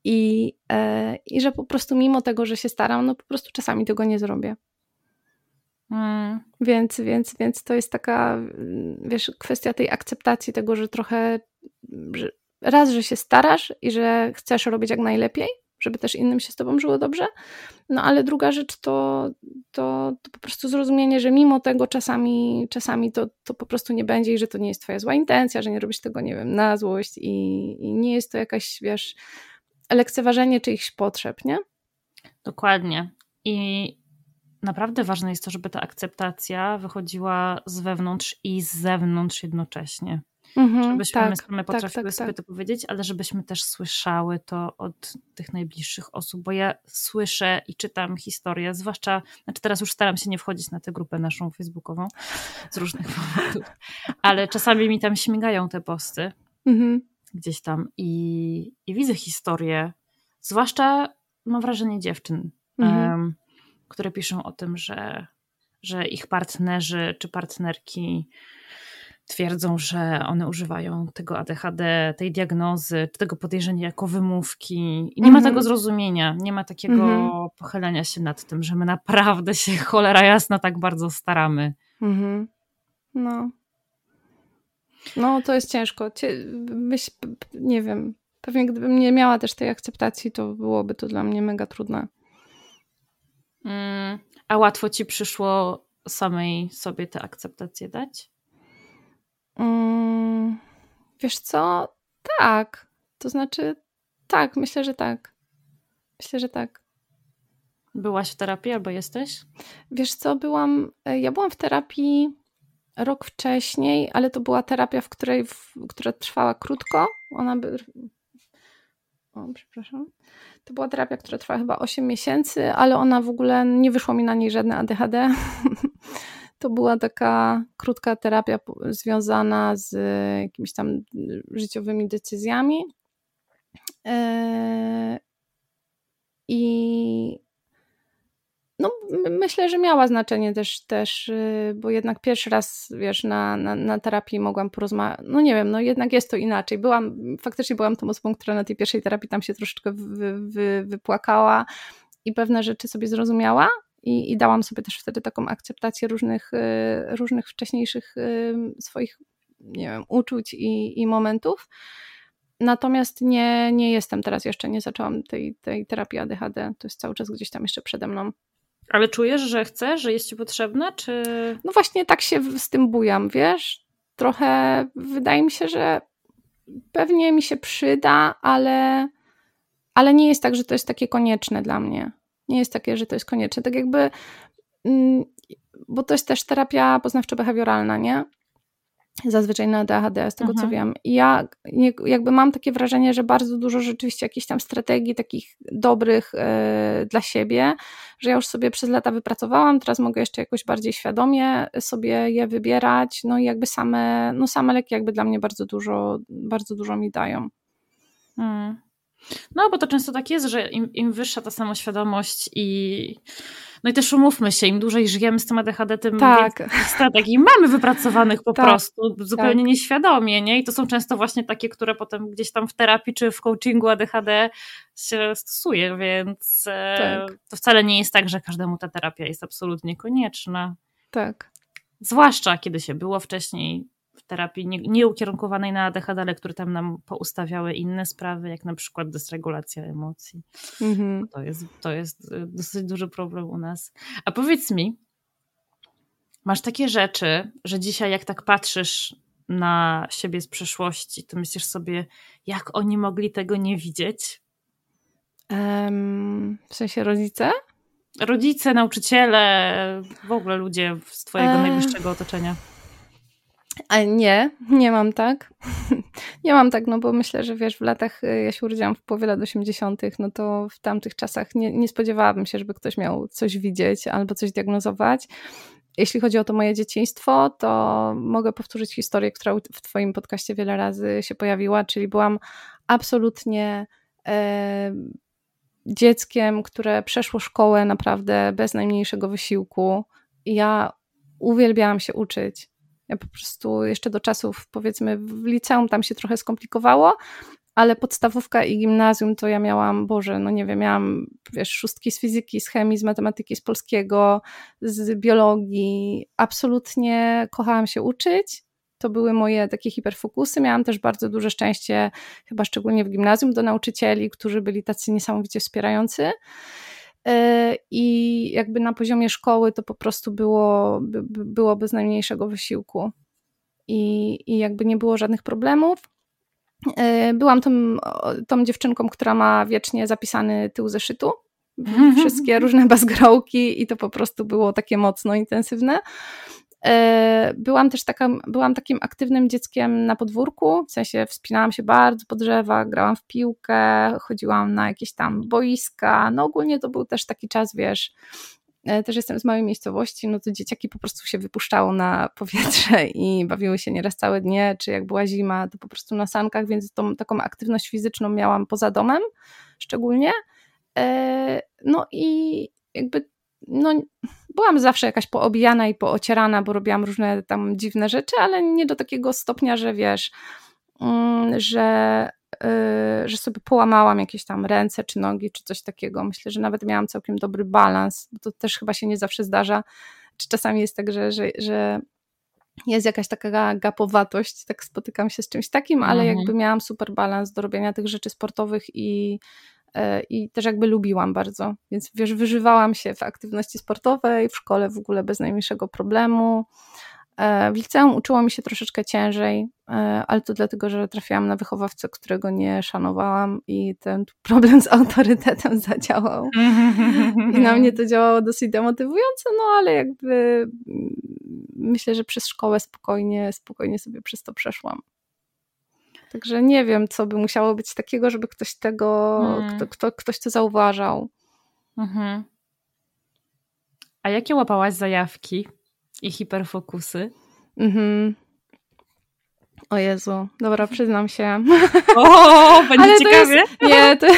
i, e, i że po prostu mimo tego, że się staram, no po prostu czasami tego nie zrobię. Mm. Więc, więc, więc to jest taka, wiesz, kwestia tej akceptacji tego, że trochę że raz, że się starasz i że chcesz robić jak najlepiej, żeby też innym się z tobą żyło dobrze, no ale druga rzecz to, to, to po prostu zrozumienie, że mimo tego czasami, czasami to, to po prostu nie będzie i że to nie jest twoja zła intencja, że nie robisz tego, nie wiem, na złość i, i nie jest to jakaś, wiesz, lekceważenie czyichś potrzeb, nie? Dokładnie. I naprawdę ważne jest to, żeby ta akceptacja wychodziła z wewnątrz i z zewnątrz jednocześnie. Mm-hmm, żebyśmy tak, my same potrafiły tak, tak, sobie tak. to powiedzieć, ale żebyśmy też słyszały to od tych najbliższych osób, bo ja słyszę i czytam historię, zwłaszcza, znaczy teraz już staram się nie wchodzić na tę grupę naszą facebookową z różnych powodów, ale czasami mi tam śmigają te posty mm-hmm. gdzieś tam i, i widzę historię, zwłaszcza mam wrażenie dziewczyn, mm-hmm. um, które piszą o tym, że, że ich partnerzy czy partnerki twierdzą, że one używają tego A D H D, tej diagnozy, czy tego podejrzenia jako wymówki. I nie mm-hmm. ma tego zrozumienia, nie ma takiego mm-hmm. pochylenia się nad tym, że my naprawdę się cholera jasna tak bardzo staramy. Mm-hmm. No. No, to jest ciężko. Myśl, nie wiem, pewnie gdybym nie miała też tej akceptacji, to byłoby to dla mnie mega trudne. Mm, a łatwo ci przyszło samej sobie tę akceptację dać? Mm, wiesz co? Tak. To znaczy, tak, myślę, że tak. Myślę, że tak. Byłaś w terapii albo jesteś? Wiesz co, byłam, ja byłam w terapii rok wcześniej, ale to była terapia, w której, w, która trwała krótko. Ona by... O, przepraszam. To była terapia, która trwała chyba osiem miesięcy, ale ona w ogóle, nie wyszło mi na niej żadne A D H D. To była taka krótka terapia związana z jakimiś tam życiowymi decyzjami. I no, myślę, że miała znaczenie też, też, bo jednak pierwszy raz, wiesz, na, na, na terapii mogłam porozmawiać, no nie wiem, no jednak jest to inaczej. Byłam, faktycznie byłam tą osobą, która na tej pierwszej terapii tam się troszeczkę wy, wy, wypłakała i pewne rzeczy sobie zrozumiała i, i dałam sobie też wtedy taką akceptację różnych, różnych wcześniejszych swoich, nie wiem, uczuć i, i momentów. Natomiast nie, nie jestem teraz jeszcze, nie zaczęłam tej, tej terapii A D H D, to jest cały czas gdzieś tam jeszcze przede mną. Ale czujesz, że chcesz, że jest ci potrzebna, czy... No właśnie tak się z tym bujam, wiesz? Trochę wydaje mi się, że pewnie mi się przyda, ale, ale nie jest tak, że to jest takie konieczne dla mnie. Nie jest takie, że to jest konieczne. Tak jakby, bo to jest też terapia poznawczo-behawioralna, nie? Zazwyczaj na A D H D, z tego mhm. co wiem. I ja jakby mam takie wrażenie, że bardzo dużo rzeczywiście jakichś tam strategii takich dobrych yy, dla siebie, że ja już sobie przez lata wypracowałam, teraz mogę jeszcze jakoś bardziej świadomie sobie je wybierać, no i jakby same, no same leki jakby dla mnie bardzo dużo, bardzo dużo mi dają. Hmm. No, bo to często tak jest, że im, im wyższa ta samoświadomość i no i też umówmy się, im dłużej żyjemy z tym A D H D, tym tak. więcej strategii mamy wypracowanych po tak. prostu zupełnie tak. nieświadomie, nie? I to są często właśnie takie, które potem gdzieś tam w terapii czy w coachingu A D H D się stosuje, więc tak. to wcale nie jest tak, że każdemu ta terapia jest absolutnie konieczna. Tak. Zwłaszcza kiedy się było wcześniej w terapii nie, nie ukierunkowanej na A D H D, ale które tam nam poustawiały inne sprawy, jak na przykład dysregulacja emocji. Mhm. To jest, to jest dosyć duży problem u nas. A powiedz mi, masz takie rzeczy, że dzisiaj jak tak patrzysz na siebie z przeszłości, to myślisz sobie, jak oni mogli tego nie widzieć? Um, w sensie rodzice? Rodzice, nauczyciele, w ogóle ludzie z twojego um. najbliższego otoczenia. Ale nie, nie mam tak. Nie mam tak, no bo myślę, że wiesz, w latach, ja się urodziłam w połowie lat osiemdziesiątych, no to w tamtych czasach nie, nie spodziewałabym się, żeby ktoś miał coś widzieć albo coś diagnozować. Jeśli chodzi o to moje dzieciństwo, to mogę powtórzyć historię, która w twoim podcaście wiele razy się pojawiła, czyli byłam absolutnie e, dzieckiem, które przeszło szkołę naprawdę bez najmniejszego wysiłku. I ja uwielbiałam się uczyć. Ja po prostu jeszcze do czasów, powiedzmy, w liceum tam się trochę skomplikowało, ale podstawówka i gimnazjum to ja miałam, Boże, no nie wiem, miałam, wiesz, szóstki z fizyki, z chemii, z matematyki, z polskiego, z biologii. Absolutnie kochałam się uczyć. To były moje takie hiperfokusy. Miałam też bardzo duże szczęście, chyba szczególnie w gimnazjum, do nauczycieli, którzy byli tacy niesamowicie wspierający. I jakby na poziomie szkoły to po prostu było, by, było bez najmniejszego wysiłku. I, i jakby nie było żadnych problemów. Byłam tą, tą dziewczynką, która ma wiecznie zapisany tył zeszytu, wszystkie różne bazgrołki i to po prostu było takie mocno intensywne. Byłam też taka, byłam takim aktywnym dzieckiem na podwórku, w sensie wspinałam się bardzo po drzewach, grałam w piłkę, chodziłam na jakieś tam boiska, no ogólnie to był też taki czas, wiesz, też jestem z małej miejscowości, no to dzieciaki po prostu się wypuszczało na powietrze i bawiły się nieraz całe dnie, czy jak była zima, to po prostu na sankach, więc tą taką aktywność fizyczną miałam poza domem szczególnie. No i jakby no, byłam zawsze jakaś poobijana i poocierana, bo robiłam różne tam dziwne rzeczy, ale nie do takiego stopnia, że wiesz, że, że sobie połamałam jakieś tam ręce czy nogi, czy coś takiego. Myślę, że nawet miałam całkiem dobry balans, bo to też chyba się nie zawsze zdarza. Czy czasami jest tak, że, że, że jest jakaś taka gapowatość, tak spotykam się z czymś takim, ale mhm. jakby miałam super balans do robienia tych rzeczy sportowych i i też jakby lubiłam bardzo, więc wiesz, wyżywałam się w aktywności sportowej, w szkole w ogóle bez najmniejszego problemu. W liceum uczyło mi się troszeczkę ciężej, ale to dlatego, że trafiłam na wychowawcę, którego nie szanowałam i ten problem z autorytetem zadziałał. I na mnie to działało dosyć demotywująco, no ale jakby myślę, że przez szkołę spokojnie, spokojnie sobie przez to przeszłam. Także nie wiem, co by musiało być takiego, żeby ktoś tego, hmm. kto, kto, ktoś to zauważał. Mhm. A jakie łapałaś zajawki i hiperfokusy? Mhm. O Jezu, dobra, przyznam się. O, będzie ciekawie. Jest, nie, to...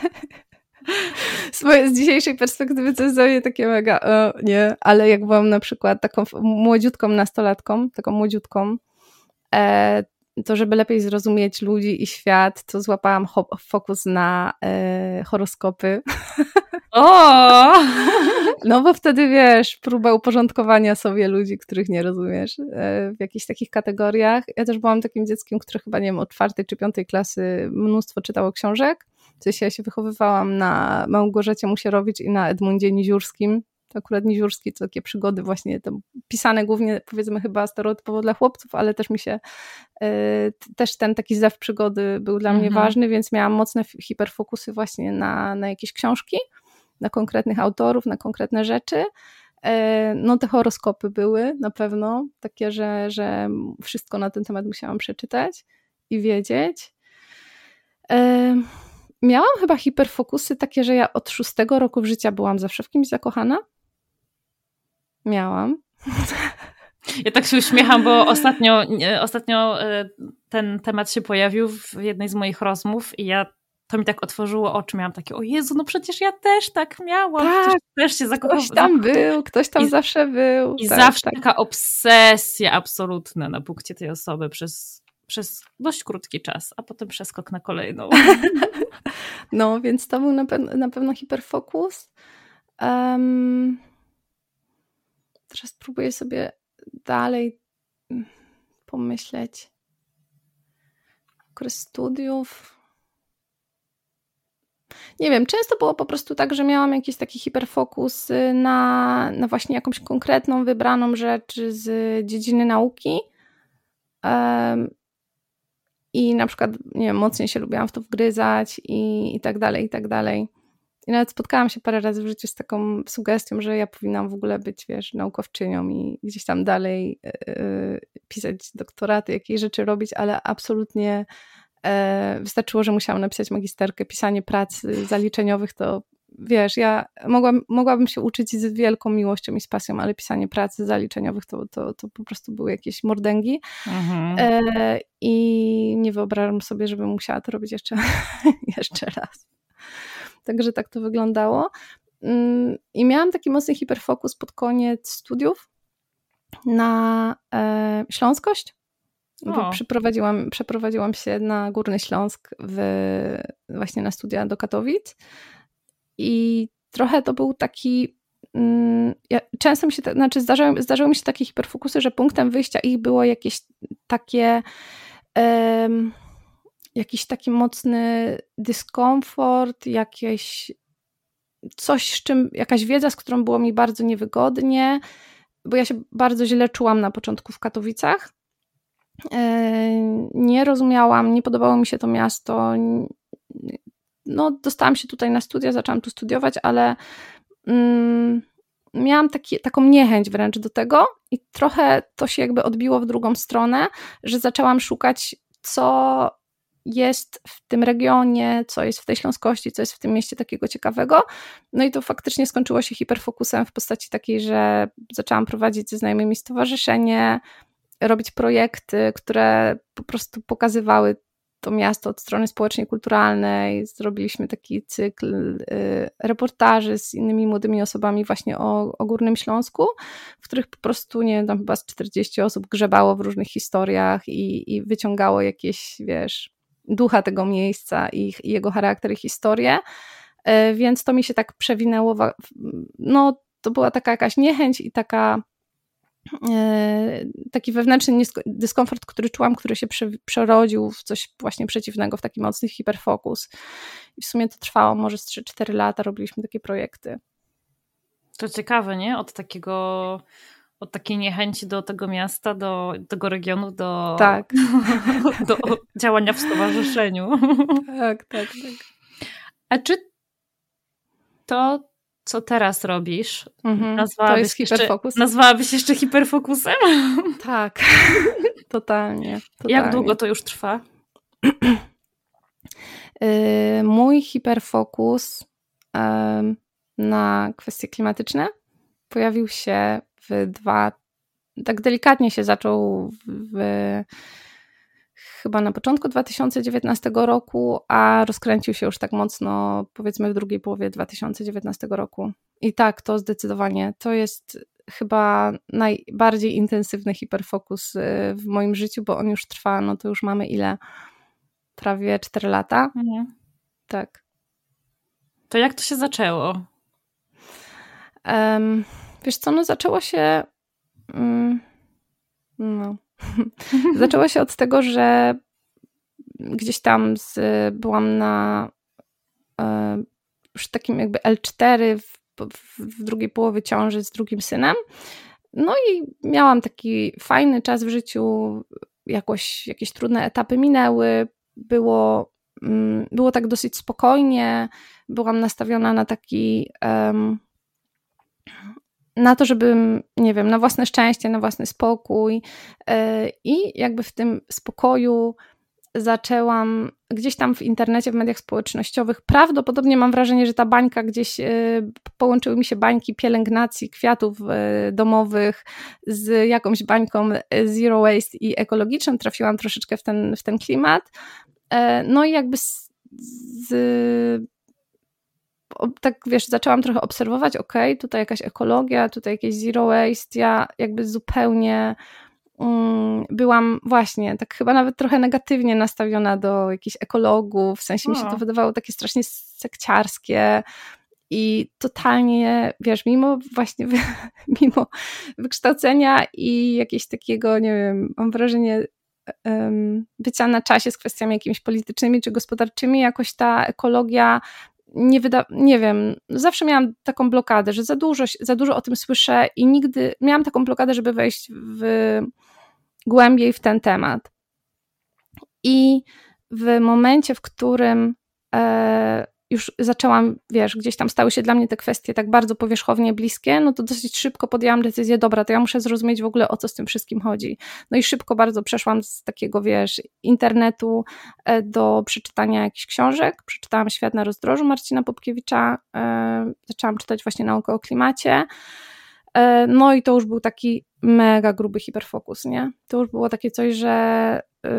Z dzisiejszej perspektywy to jest dla mnie takie mega, o, nie, ale jak byłam na przykład taką młodziutką nastolatką, taką młodziutką, e, to żeby lepiej zrozumieć ludzi i świat, to złapałam fokus na e, horoskopy. O! No bo wtedy, wiesz, próba uporządkowania sobie ludzi, których nie rozumiesz, e, w jakichś takich kategoriach. Ja też byłam takim dzieckiem, które chyba, nie wiem, od czwartej czy piątej klasy mnóstwo czytało książek. W sensie ja się wychowywałam na Małgorzacie Musierowicz i na Edmundzie Niziurskim. To akurat Niziurski to takie przygody właśnie tam pisane głównie, powiedzmy, chyba stereotypowo dla chłopców, ale też mi się y, też ten taki zew przygody był dla mhm. mnie ważny, więc miałam mocne hiperfokusy właśnie na, na jakieś książki, na konkretnych autorów, na konkretne rzeczy. Y, no te horoskopy były na pewno takie, że, że wszystko na ten temat musiałam przeczytać i wiedzieć. Y, miałam chyba hiperfokusy takie, że ja od szóstego roku życia byłam zawsze w kimś zakochana. Miałam. Ja tak się uśmiecham, bo ostatnio, ostatnio ten temat się pojawił w jednej z moich rozmów i ja, to mi tak otworzyło oczy. Miałam takie, o Jezu, no przecież ja też tak miałam. Tak, też się zakochałam. Ktoś tam był, ktoś tam I, zawsze był. I tak, zawsze tak. taka obsesja absolutna na punkcie tej osoby przez, przez dość krótki czas, a potem przeskok na kolejną. No, więc to był na, pe- na pewno hiperfokus. Um, teraz próbuję sobie dalej pomyśleć. Okres studiów. Nie wiem, często było po prostu tak, że miałam jakiś taki hiperfokus na, na właśnie jakąś konkretną, wybraną rzecz z dziedziny nauki. Um, I na przykład, nie wiem, mocniej się lubiłam w to wgryzać i, i tak dalej, i tak dalej. I nawet spotkałam się parę razy w życiu z taką sugestią, że ja powinnam w ogóle być, wiesz, naukowczynią i gdzieś tam dalej yy, pisać doktoraty, jakieś rzeczy robić, ale absolutnie yy, wystarczyło, że musiałam napisać magisterkę, pisanie prac zaliczeniowych, to wiesz, ja mogłam, mogłabym się uczyć z wielką miłością i z pasją, ale pisanie pracy zaliczeniowych to, to, to po prostu były jakieś mordęgi. Mhm. E, I nie wyobrażam sobie, żebym musiała to robić jeszcze, jeszcze raz. Także tak to wyglądało. I miałam taki mocny hiperfokus pod koniec studiów na e, śląskość. bo przeprowadziłam, przeprowadziłam się na Górny Śląsk w, właśnie na studia do Katowic i trochę to był taki, mm, ja, często mi się, znaczy zdarzały, zdarzały mi się takie hiperfokusy, że punktem wyjścia ich było jakieś takie um, jakiś taki mocny dyskomfort, jakieś coś, z czym, jakaś wiedza, z którą było mi bardzo niewygodnie, bo ja się bardzo źle czułam na początku w Katowicach. Nie rozumiałam, nie podobało mi się to miasto. No, dostałam się tutaj na studia, zaczęłam tu studiować, ale mm, miałam taki, taką niechęć wręcz do tego i trochę to się jakby odbiło w drugą stronę, że zaczęłam szukać, co jest w tym regionie, co jest w tej śląskości, co jest w tym mieście takiego ciekawego. No i to faktycznie skończyło się hiperfokusem w postaci takiej, że zaczęłam prowadzić ze znajomymi stowarzyszenie, robić projekty, które po prostu pokazywały to miasto od strony społecznej, kulturalnej. Zrobiliśmy taki cykl y, reportaży z innymi młodymi osobami właśnie o, o Górnym Śląsku, w których po prostu, nie wiem, tam chyba z czterdzieści osób grzebało w różnych historiach i, i wyciągało jakieś, wiesz, ducha tego miejsca i, i jego charakter i historię. Y, więc to mi się tak przewinęło. W, no, to była taka jakaś niechęć i taka taki wewnętrzny dyskomfort, który czułam, który się przerodził w coś właśnie przeciwnego, w taki mocny hiperfokus. I w sumie to trwało może z trzy cztery lata, robiliśmy takie projekty. To ciekawe, nie? Od takiego, od takiej niechęci do tego miasta, do tego regionu, do, tak. do działania w stowarzyszeniu. Tak, tak, tak. A czy to, co teraz robisz, mhm, nazwałabyś, to jest hiperfokus? Jeszcze, nazwałabyś jeszcze hiperfokusem? Tak, totalnie, totalnie. Jak długo to już trwa? Mój hiperfokus na kwestie klimatyczne pojawił się w dwa, tak delikatnie się zaczął w, chyba na początku dwa tysiące dziewiętnastego roku, a rozkręcił się już tak mocno, powiedzmy w drugiej połowie dwa tysiące dziewiętnastego roku. I tak, to zdecydowanie, to jest chyba najbardziej intensywny hiperfokus w moim życiu, bo on już trwa, no to już mamy ile? Prawie cztery lata. Mhm. Tak. To jak to się zaczęło? Um, wiesz co, no zaczęło się um, no zaczęło się od tego, że gdzieś tam z, byłam na e, już takim jakby el cztery w, w, w drugiej połowie ciąży z drugim synem. No i miałam taki fajny czas w życiu, jakoś jakieś trudne etapy minęły, było, mm, było tak dosyć spokojnie, byłam nastawiona na taki um, na to, żebym, nie wiem, na własne szczęście, na własny spokój yy, i jakby w tym spokoju zaczęłam gdzieś tam w internecie, w mediach społecznościowych, prawdopodobnie mam wrażenie, że ta bańka gdzieś, yy, połączyły mi się bańki pielęgnacji kwiatów yy, domowych z jakąś bańką zero waste i ekologiczną, trafiłam troszeczkę w ten, w ten klimat, yy, no i jakby z, z tak wiesz, zaczęłam trochę obserwować, okej, okay, tutaj jakaś ekologia, tutaj jakieś zero waste, ja jakby zupełnie um, byłam właśnie, tak chyba nawet trochę negatywnie nastawiona do jakichś ekologów, w sensie o. mi się to wydawało takie strasznie sekciarskie i totalnie, wiesz, mimo właśnie, mimo wykształcenia i jakiegoś takiego, nie wiem, mam wrażenie um, bycia na czasie z kwestiami jakimiś politycznymi czy gospodarczymi, jakoś ta ekologia Nie, wyda- nie wiem, zawsze miałam taką blokadę, że za dużo, za dużo o tym słyszę i nigdy miałam taką blokadę, żeby wejść w głębiej w ten temat. I w momencie, w którym e, już zaczęłam, wiesz, gdzieś tam stały się dla mnie te kwestie tak bardzo powierzchownie bliskie, no to dosyć szybko podjęłam decyzję, dobra, to ja muszę zrozumieć w ogóle, o co z tym wszystkim chodzi. No i szybko bardzo przeszłam z takiego, wiesz, internetu do przeczytania jakichś książek. Przeczytałam Świat na rozdrożu Marcina Popkiewicza, e, zaczęłam czytać właśnie naukę o klimacie, e, no i to już był taki mega gruby hiperfokus, nie? To już było takie coś, że e,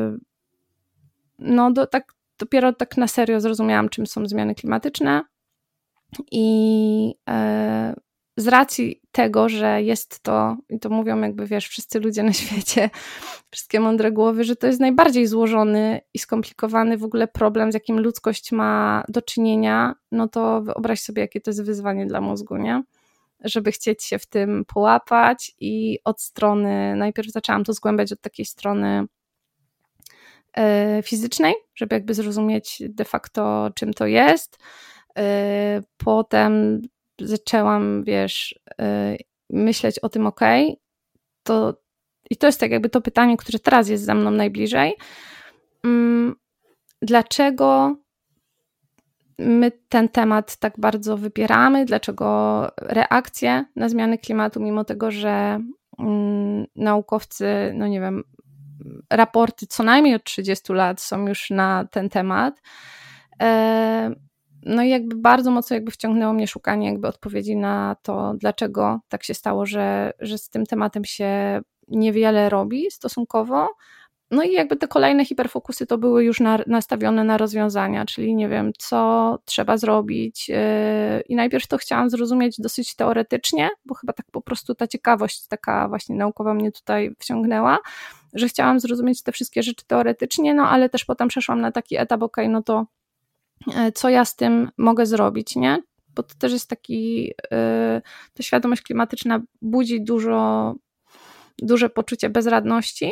no do, tak dopiero tak na serio zrozumiałam, czym są zmiany klimatyczne i, e, z racji tego, że jest to, i to mówią jakby, wiesz, wszyscy ludzie na świecie, wszystkie mądre głowy, że to jest najbardziej złożony i skomplikowany w ogóle problem, z jakim ludzkość ma do czynienia, no to wyobraź sobie, jakie to jest wyzwanie dla mózgu, nie? Żeby chcieć się w tym połapać i od strony, najpierw zaczęłam to zgłębiać od takiej strony fizycznej, żeby jakby zrozumieć de facto, czym to jest. Potem zaczęłam, wiesz, myśleć o tym, okej, okay, to i to jest tak jakby to pytanie, które teraz jest za mną najbliżej. Dlaczego my ten temat tak bardzo wybieramy? Dlaczego reakcje na zmiany klimatu, mimo tego, że naukowcy, no nie wiem, raporty co najmniej od trzydziestu lat są już na ten temat. No i jakby bardzo mocno jakby wciągnęło mnie szukanie jakby odpowiedzi na to, dlaczego tak się stało, że, że z tym tematem się niewiele robi stosunkowo. No i jakby te kolejne hiperfokusy to były już na, nastawione na rozwiązania, czyli nie wiem, co trzeba zrobić. I najpierw to chciałam zrozumieć dosyć teoretycznie, bo chyba tak po prostu ta ciekawość taka właśnie naukowa mnie tutaj wciągnęła, że chciałam zrozumieć te wszystkie rzeczy teoretycznie, no ale też potem przeszłam na taki etap, okej, okay, no to co ja z tym mogę zrobić, nie? Bo to też jest taki, ta świadomość klimatyczna budzi dużo, duże poczucie bezradności.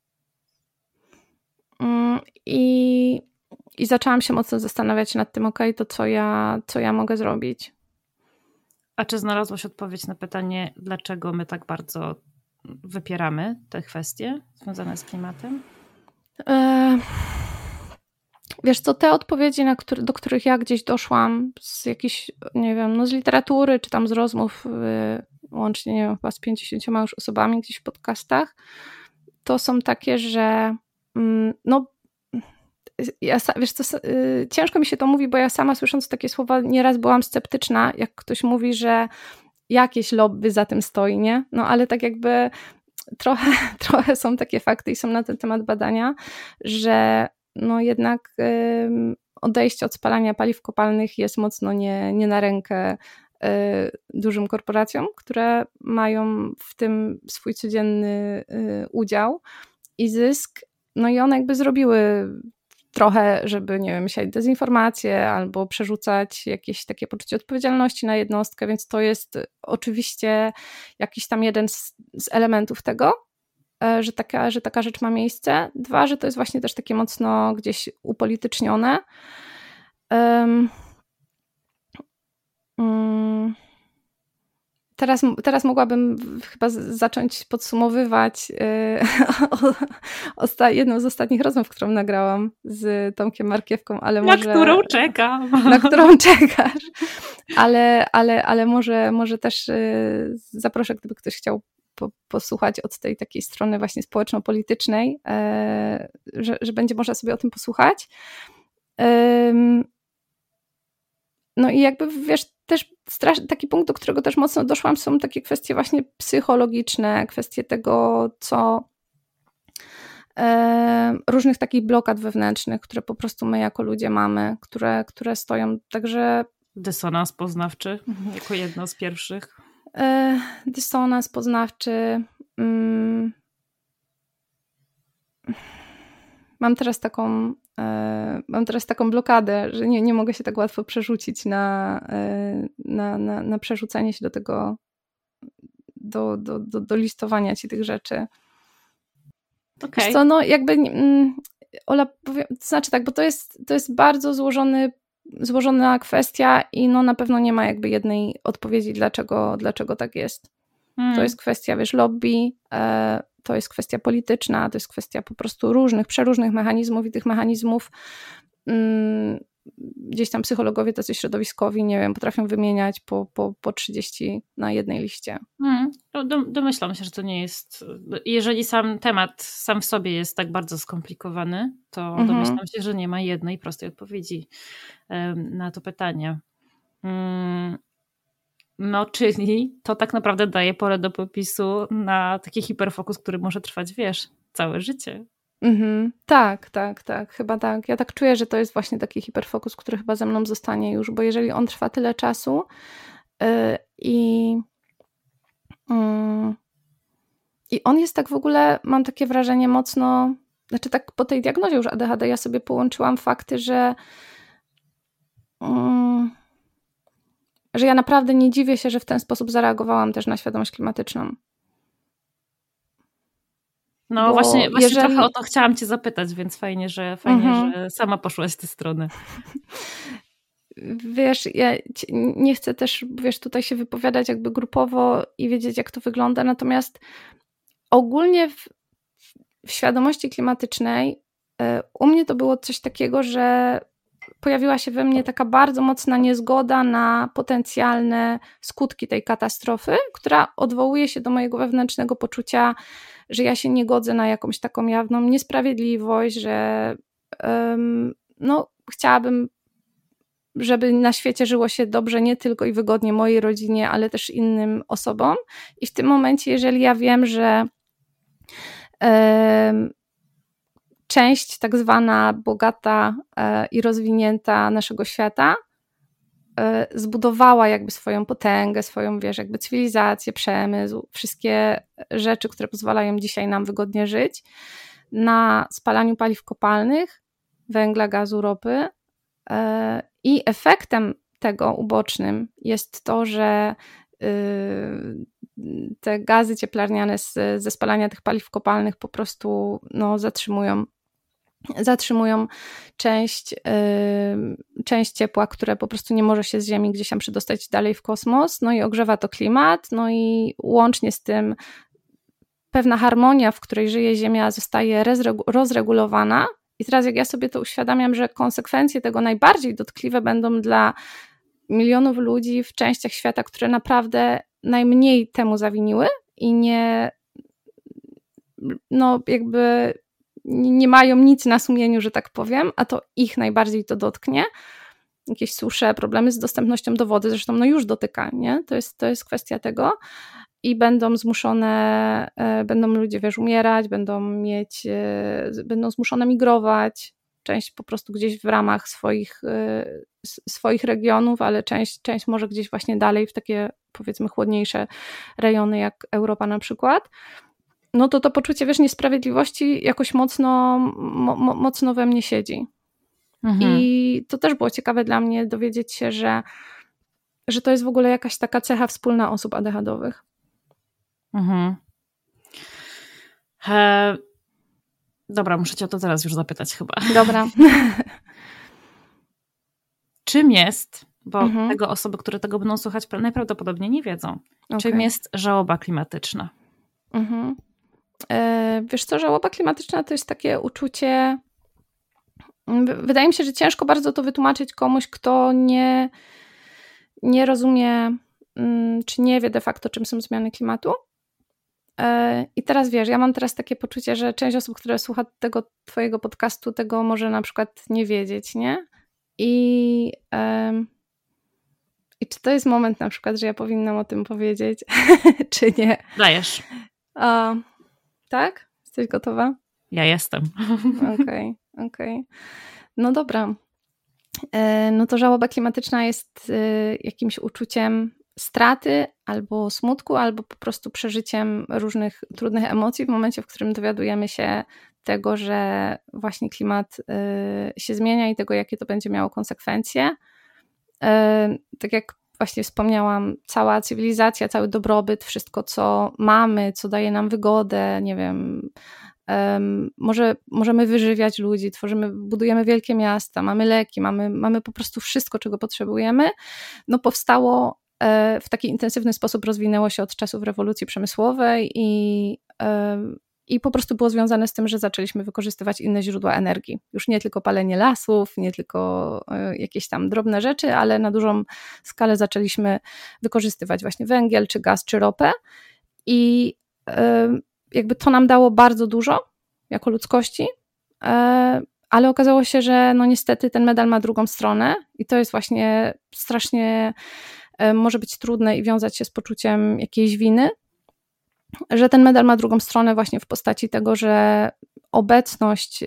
I, i zaczęłam się mocno zastanawiać nad tym, okej, okay, to co ja, co ja mogę zrobić. A czy znalazłaś odpowiedź na pytanie, dlaczego my tak bardzo wypieramy te kwestie związane z klimatem? E, wiesz co, te odpowiedzi, na który, do których ja gdzieś doszłam z jakiejś, nie wiem, no z literatury, czy tam z rozmów y, łącznie, nie wiem, chyba z pięćdziesięcioma już osobami gdzieś w podcastach, to są takie, że mm, no ja, wiesz co, y, ciężko mi się to mówi, bo ja sama słysząc takie słowa nieraz byłam sceptyczna, jak ktoś mówi, że jakieś lobby za tym stoi, nie? No ale tak jakby trochę, trochę są takie fakty i są na ten temat badania, że no jednak y, odejście od spalania paliw kopalnych jest mocno nie, nie na rękę y, dużym korporacjom, które mają w tym swój codzienny y, udział i zysk. No i one jakby zrobiły trochę, żeby, nie wiem, siać dezinformację albo przerzucać jakieś takie poczucie odpowiedzialności na jednostkę, więc to jest oczywiście jakiś tam jeden z, z elementów tego, że taka, że taka rzecz ma miejsce. Dwa, że to jest właśnie też takie mocno gdzieś upolitycznione. Um, um, Teraz, teraz mogłabym chyba zacząć podsumowywać yy, jedną z ostatnich rozmów, którą nagrałam z Tomkiem Markiewką, ale na może... Na którą czekam. Na którą czekasz. Ale, ale, ale może, może też yy, zaproszę, gdyby ktoś chciał po, posłuchać od tej takiej strony właśnie społeczno-politycznej, yy, że, że będzie można sobie o tym posłuchać. Yy, no i jakby, wiesz, też strasz, taki punkt, do którego też mocno doszłam, są takie kwestie właśnie psychologiczne, kwestie tego, co e, różnych takich blokad wewnętrznych, które po prostu my jako ludzie mamy, które, które stoją, także... Dysonans poznawczy, jako jedno z pierwszych. E, dysonans poznawczy. Mm, mam teraz taką Mam teraz taką blokadę, że nie, nie mogę się tak łatwo przerzucić na, na, na, na przerzucanie się do tego, do, do, do, do listowania ci tych rzeczy. Okay. Wiesz co, no jakby Ola, powiem, to znaczy tak, bo to jest, to jest bardzo złożony, złożona kwestia i no na pewno nie ma jakby jednej odpowiedzi, dlaczego, dlaczego tak jest. Hmm. To jest kwestia, wiesz, lobby, e, to jest kwestia polityczna, to jest kwestia po prostu różnych, przeróżnych mechanizmów i tych mechanizmów mm, gdzieś tam psychologowie tacy środowiskowi, nie wiem, potrafią wymieniać po, po, po trzydzieści na jednej liście. Hmm. Domyślam się, że to nie jest, jeżeli sam temat sam w sobie jest tak bardzo skomplikowany, to mhm. domyślam się, że nie ma jednej prostej odpowiedzi na to pytanie. Hmm. No, czyli to tak naprawdę daje pole do popisu na taki hiperfokus, który może trwać, wiesz, całe życie. Mhm. Tak, tak, tak, chyba tak. Ja tak czuję, że to jest właśnie taki hiperfokus, który chyba ze mną zostanie już, bo jeżeli on trwa tyle czasu yy, i I on jest tak w ogóle, mam takie wrażenie mocno, znaczy tak po tej diagnozie już A D H D ja sobie połączyłam fakty, że um, że ja naprawdę nie dziwię się, że w ten sposób zareagowałam też na świadomość klimatyczną. No Bo właśnie, właśnie jeżeli... trochę o to chciałam cię zapytać, więc fajnie, że fajnie, mhm. że sama poszłaś z tej strony. Wiesz, ja nie chcę też, wiesz, tutaj się wypowiadać jakby grupowo i wiedzieć, jak to wygląda, natomiast ogólnie w, w świadomości klimatycznej u mnie to było coś takiego, że pojawiła się we mnie taka bardzo mocna niezgoda na potencjalne skutki tej katastrofy, która odwołuje się do mojego wewnętrznego poczucia, że ja się nie godzę na jakąś taką jawną niesprawiedliwość, że um, no, chciałabym, żeby na świecie żyło się dobrze nie tylko i wygodnie mojej rodzinie, ale też innym osobom. I w tym momencie, jeżeli ja wiem, że um, część tak zwana bogata e, i rozwinięta naszego świata e, zbudowała jakby swoją potęgę, swoją, wiesz, jakby cywilizację, przemysł, wszystkie rzeczy, które pozwalają dzisiaj nam wygodnie żyć, na spalaniu paliw kopalnych, węgla, gazu, ropy e, i efektem tego ubocznym jest to, że y, te gazy cieplarniane z, ze spalania tych paliw kopalnych po prostu no, zatrzymują zatrzymują część, yy, część ciepła, które po prostu nie może się z Ziemi gdzieś tam przedostać dalej w kosmos, no i ogrzewa to klimat, no i łącznie z tym pewna harmonia, w której żyje Ziemia, zostaje rezregu- rozregulowana. I teraz jak ja sobie to uświadamiam, że konsekwencje tego najbardziej dotkliwe będą dla milionów ludzi w częściach świata, które naprawdę najmniej temu zawiniły i nie, no jakby nie mają nic na sumieniu, że tak powiem, a to ich najbardziej to dotknie. Jakieś susze, problemy z dostępnością do wody, zresztą no już dotyka, nie? To jest, to jest kwestia tego. I będą zmuszone, będą ludzie, wiesz, umierać, będą mieć, będą zmuszone migrować, część po prostu gdzieś w ramach swoich, swoich regionów, ale część, część może gdzieś właśnie dalej w takie, powiedzmy, chłodniejsze rejony, jak Europa na przykład. No to to poczucie, wiesz, niesprawiedliwości jakoś mocno, mo, mocno we mnie siedzi. Mhm. I to też było ciekawe dla mnie dowiedzieć się, że, że to jest w ogóle jakaś taka cecha wspólna osób A D H D-owych. Mhm. He... Dobra, muszę cię o to teraz już zapytać chyba. Dobra. Czym jest, bo mhm. tego osoby, które tego będą słuchać, najprawdopodobniej nie wiedzą, okay. czym jest żałoba klimatyczna? Mhm. Wiesz co, żałoba klimatyczna to jest takie uczucie, wydaje mi się, że ciężko bardzo to wytłumaczyć komuś, kto nie, nie rozumie, czy nie wie de facto, czym są zmiany klimatu. I teraz wiesz, ja mam teraz takie poczucie, że część osób, które słucha tego twojego podcastu, tego może na przykład nie wiedzieć, nie? I, um, i czy to jest moment na przykład, że ja powinnam o tym powiedzieć, czy nie? Dajesz. A, tak? Jesteś gotowa? Ja jestem. Okej, okay, okej. Okay. No dobra. No to żałoba klimatyczna jest jakimś uczuciem straty albo smutku, albo po prostu przeżyciem różnych trudnych emocji w momencie, w którym dowiadujemy się tego, że właśnie klimat się zmienia i tego, jakie to będzie miało konsekwencje. Tak jak właśnie wspomniałam, cała cywilizacja, cały dobrobyt, wszystko, co mamy, co daje nam wygodę, nie wiem, um, może, możemy wyżywiać ludzi, tworzymy, budujemy wielkie miasta, mamy leki, mamy, mamy po prostu wszystko, czego potrzebujemy, no powstało e, w taki intensywny sposób, rozwinęło się od czasów rewolucji przemysłowej i e, I po prostu było związane z tym, że zaczęliśmy wykorzystywać inne źródła energii. Już nie tylko palenie lasów, nie tylko jakieś tam drobne rzeczy, ale na dużą skalę zaczęliśmy wykorzystywać właśnie węgiel, czy gaz, czy ropę. I jakby to nam dało bardzo dużo jako ludzkości, ale okazało się, że no niestety ten medal ma drugą stronę i to jest właśnie strasznie, może być trudne i wiązać się z poczuciem jakiejś winy, że ten medal ma drugą stronę właśnie w postaci tego, że obecność,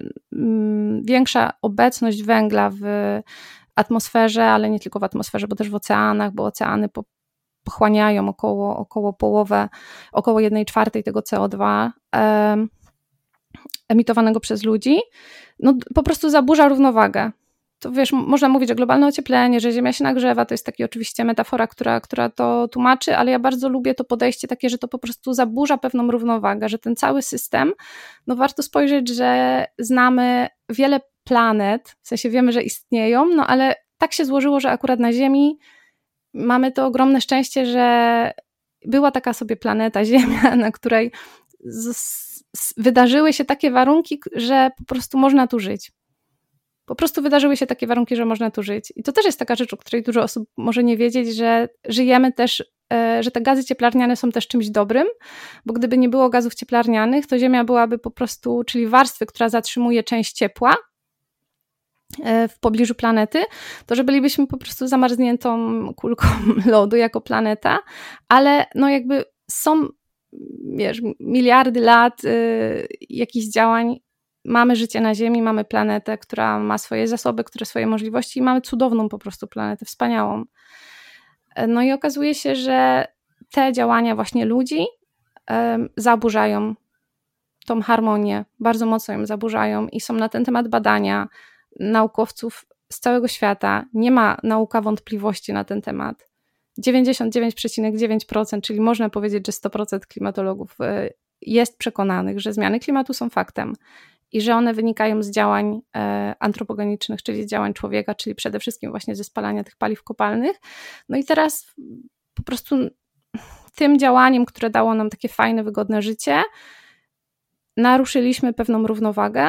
większa obecność węgla w atmosferze, ale nie tylko w atmosferze, bo też w oceanach, bo oceany po, pochłaniają około, około połowę, około jednej czwartej tego C O dwa e, emitowanego przez ludzi, no po prostu zaburza równowagę. To wiesz, można mówić, że globalne ocieplenie, że Ziemia się nagrzewa, to jest taka oczywiście metafora, która, która to tłumaczy, ale ja bardzo lubię to podejście takie, że to po prostu zaburza pewną równowagę, że ten cały system, no warto spojrzeć, że znamy wiele planet, w sensie wiemy, że istnieją, no ale tak się złożyło, że akurat na Ziemi mamy to ogromne szczęście, że była taka sobie planeta Ziemia, na której z, z, wydarzyły się takie warunki, że po prostu można tu żyć. Po prostu wydarzyły się takie warunki, że można tu żyć. I to też jest taka rzecz, o której dużo osób może nie wiedzieć, że żyjemy też, że te gazy cieplarniane są też czymś dobrym, bo gdyby nie było gazów cieplarnianych, to Ziemia byłaby po prostu, czyli warstwy, która zatrzymuje część ciepła w pobliżu planety, to że bylibyśmy po prostu zamarzniętą kulką lodu jako planeta, ale no jakby są, wiesz, miliardy lat y, jakichś działań. Mamy życie na Ziemi, mamy planetę, która ma swoje zasoby, które swoje możliwości i mamy cudowną po prostu planetę, wspaniałą. No i okazuje się, że te działania właśnie ludzi um, zaburzają tą harmonię, bardzo mocno ją zaburzają i są na ten temat badania naukowców z całego świata. Nie ma nauka wątpliwości na ten temat. dziewięćdziesiąt dziewięć przecinek dziewięć procent, czyli można powiedzieć, że sto procent klimatologów jest przekonanych, że zmiany klimatu są faktem i że one wynikają z działań antropogenicznych, czyli z działań człowieka, czyli przede wszystkim właśnie ze spalania tych paliw kopalnych. No i teraz po prostu tym działaniem, które dało nam takie fajne, wygodne życie, naruszyliśmy pewną równowagę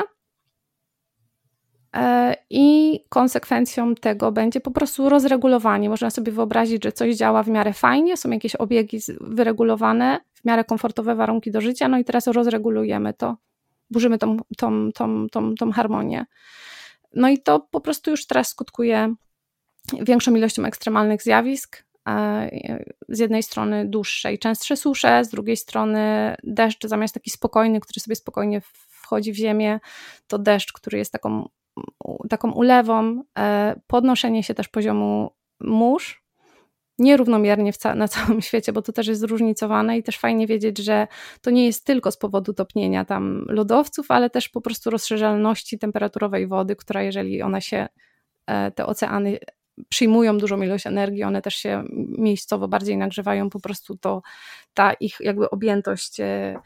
i konsekwencją tego będzie po prostu rozregulowanie. Można sobie wyobrazić, że coś działa w miarę fajnie, są jakieś obiegi wyregulowane, w miarę komfortowe warunki do życia, no i teraz rozregulujemy to, burzymy tą, tą, tą, tą, tą harmonię. No i to po prostu już teraz skutkuje większą ilością ekstremalnych zjawisk. Z jednej strony dłuższe i częstsze susze, z drugiej strony deszcz zamiast taki spokojny, który sobie spokojnie wchodzi w ziemię, to deszcz, który jest taką taką ulewą, podnoszenie się też poziomu mórz, nierównomiernie w ca- na całym świecie, bo to też jest zróżnicowane i też fajnie wiedzieć, że to nie jest tylko z powodu topnienia tam lodowców, ale też po prostu rozszerzalności temperaturowej wody, która jeżeli ona się, te oceany przyjmują dużą ilość energii, one też się miejscowo bardziej nagrzewają, po prostu to ta ich jakby objętość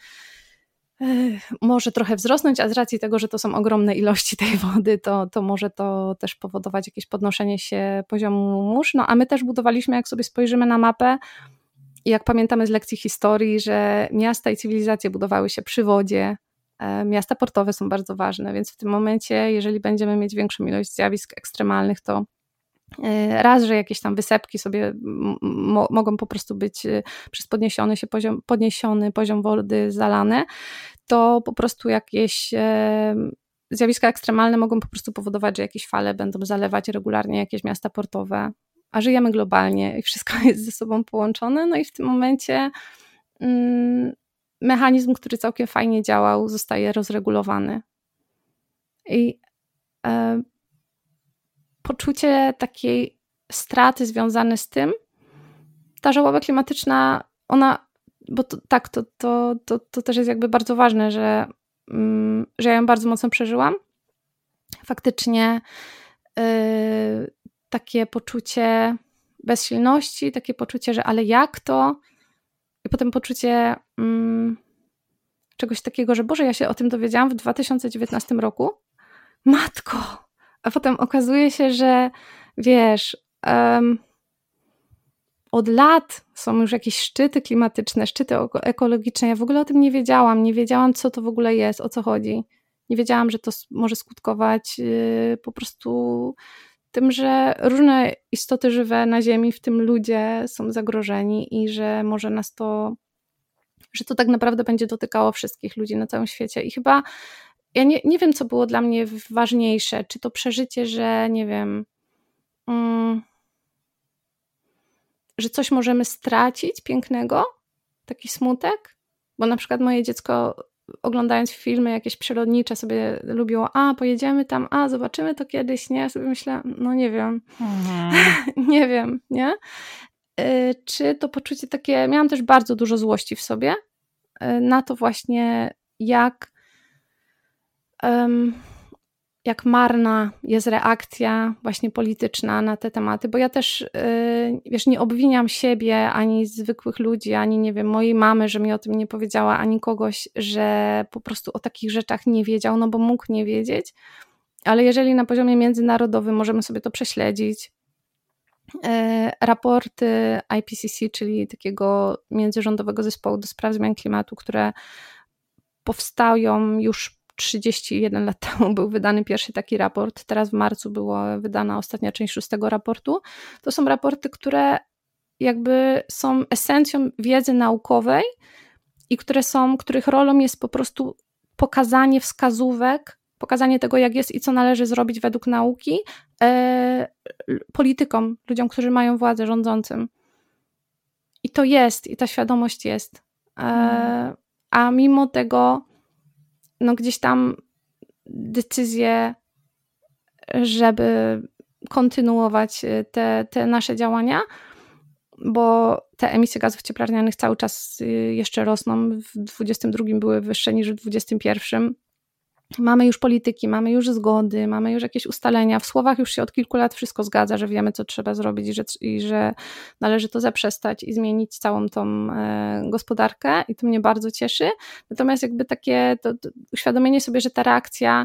może trochę wzrosnąć, a z racji tego, że to są ogromne ilości tej wody, to, to może to też powodować jakieś podnoszenie się poziomu mórz. No a my też budowaliśmy, jak sobie spojrzymy na mapę, jak pamiętamy z lekcji historii, że miasta i cywilizacje budowały się przy wodzie, miasta portowe są bardzo ważne, więc w tym momencie, jeżeli będziemy mieć większą ilość zjawisk ekstremalnych, to raz, że jakieś tam wysepki sobie mo- mogą po prostu być przez podniesiony się poziom, podniesiony poziom wody zalane, to po prostu jakieś e, zjawiska ekstremalne mogą po prostu powodować, że jakieś fale będą zalewać regularnie jakieś miasta portowe, a żyjemy globalnie i wszystko jest ze sobą połączone, no i w tym momencie mm, mechanizm, który całkiem fajnie działał, zostaje rozregulowany. I e, poczucie takiej straty związane z tym, ta żałoba klimatyczna, ona, bo to, tak, to, to, to, to też jest jakby bardzo ważne, że, mm, że ja ją bardzo mocno przeżyłam. Faktycznie yy, takie poczucie bezsilności, takie poczucie, że ale jak to? I potem poczucie mm, czegoś takiego, że Boże, ja się o tym dowiedziałam w dwa tysiące dziewiętnastym roku. Matko! A potem okazuje się, że wiesz, um, od lat są już jakieś szczyty klimatyczne, szczyty ekologiczne. Ja w ogóle o tym nie wiedziałam. Nie wiedziałam, co to w ogóle jest, o co chodzi. Nie wiedziałam, że to może skutkować yy, po prostu tym, że różne istoty żywe na Ziemi, w tym ludzie, są zagrożeni i że może nas to, że to tak naprawdę będzie dotykało wszystkich ludzi na całym świecie. I chyba ja nie, nie wiem, co było dla mnie ważniejsze. Czy to przeżycie, że nie wiem, um, że coś możemy stracić pięknego, taki smutek, bo na przykład moje dziecko oglądając filmy jakieś przyrodnicze sobie lubiło, a pojedziemy tam, a zobaczymy to kiedyś, nie? Ja sobie myślę, no nie wiem, mhm. nie wiem, nie? czy to poczucie takie, miałam też bardzo dużo złości w sobie na to właśnie, jak um, jak marna jest reakcja właśnie polityczna na te tematy, bo ja też, wiesz, nie obwiniam siebie, ani zwykłych ludzi, ani nie wiem, mojej mamy, że mi o tym nie powiedziała, ani kogoś, że po prostu o takich rzeczach nie wiedział, no bo mógł nie wiedzieć, ale jeżeli na poziomie międzynarodowym możemy sobie to prześledzić, raporty I P C C, czyli takiego międzyrządowego zespołu do spraw zmian klimatu, które powstają już trzydzieści jeden lat temu, był wydany pierwszy taki raport, teraz w marcu była wydana ostatnia część szóstego raportu. To są raporty, które jakby są esencją wiedzy naukowej i które są, których rolą jest po prostu pokazanie wskazówek, pokazanie tego, jak jest i co należy zrobić według nauki e, politykom, ludziom, którzy mają władzę, rządzącym. I to jest, i ta świadomość jest. E, mm. A mimo tego no gdzieś tam decyzje, żeby kontynuować te, te nasze działania, bo te emisje gazów cieplarnianych cały czas jeszcze rosną, w dwudziestym drugim były wyższe niż w dwudziestym pierwszym. Mamy już polityki, mamy już zgody, mamy już jakieś ustalenia. W słowach już się od kilku lat wszystko zgadza, że wiemy, co trzeba zrobić i że, i że należy to zaprzestać i zmienić całą tą e, gospodarkę i to mnie bardzo cieszy. Natomiast jakby takie to, to uświadomienie sobie, że ta reakcja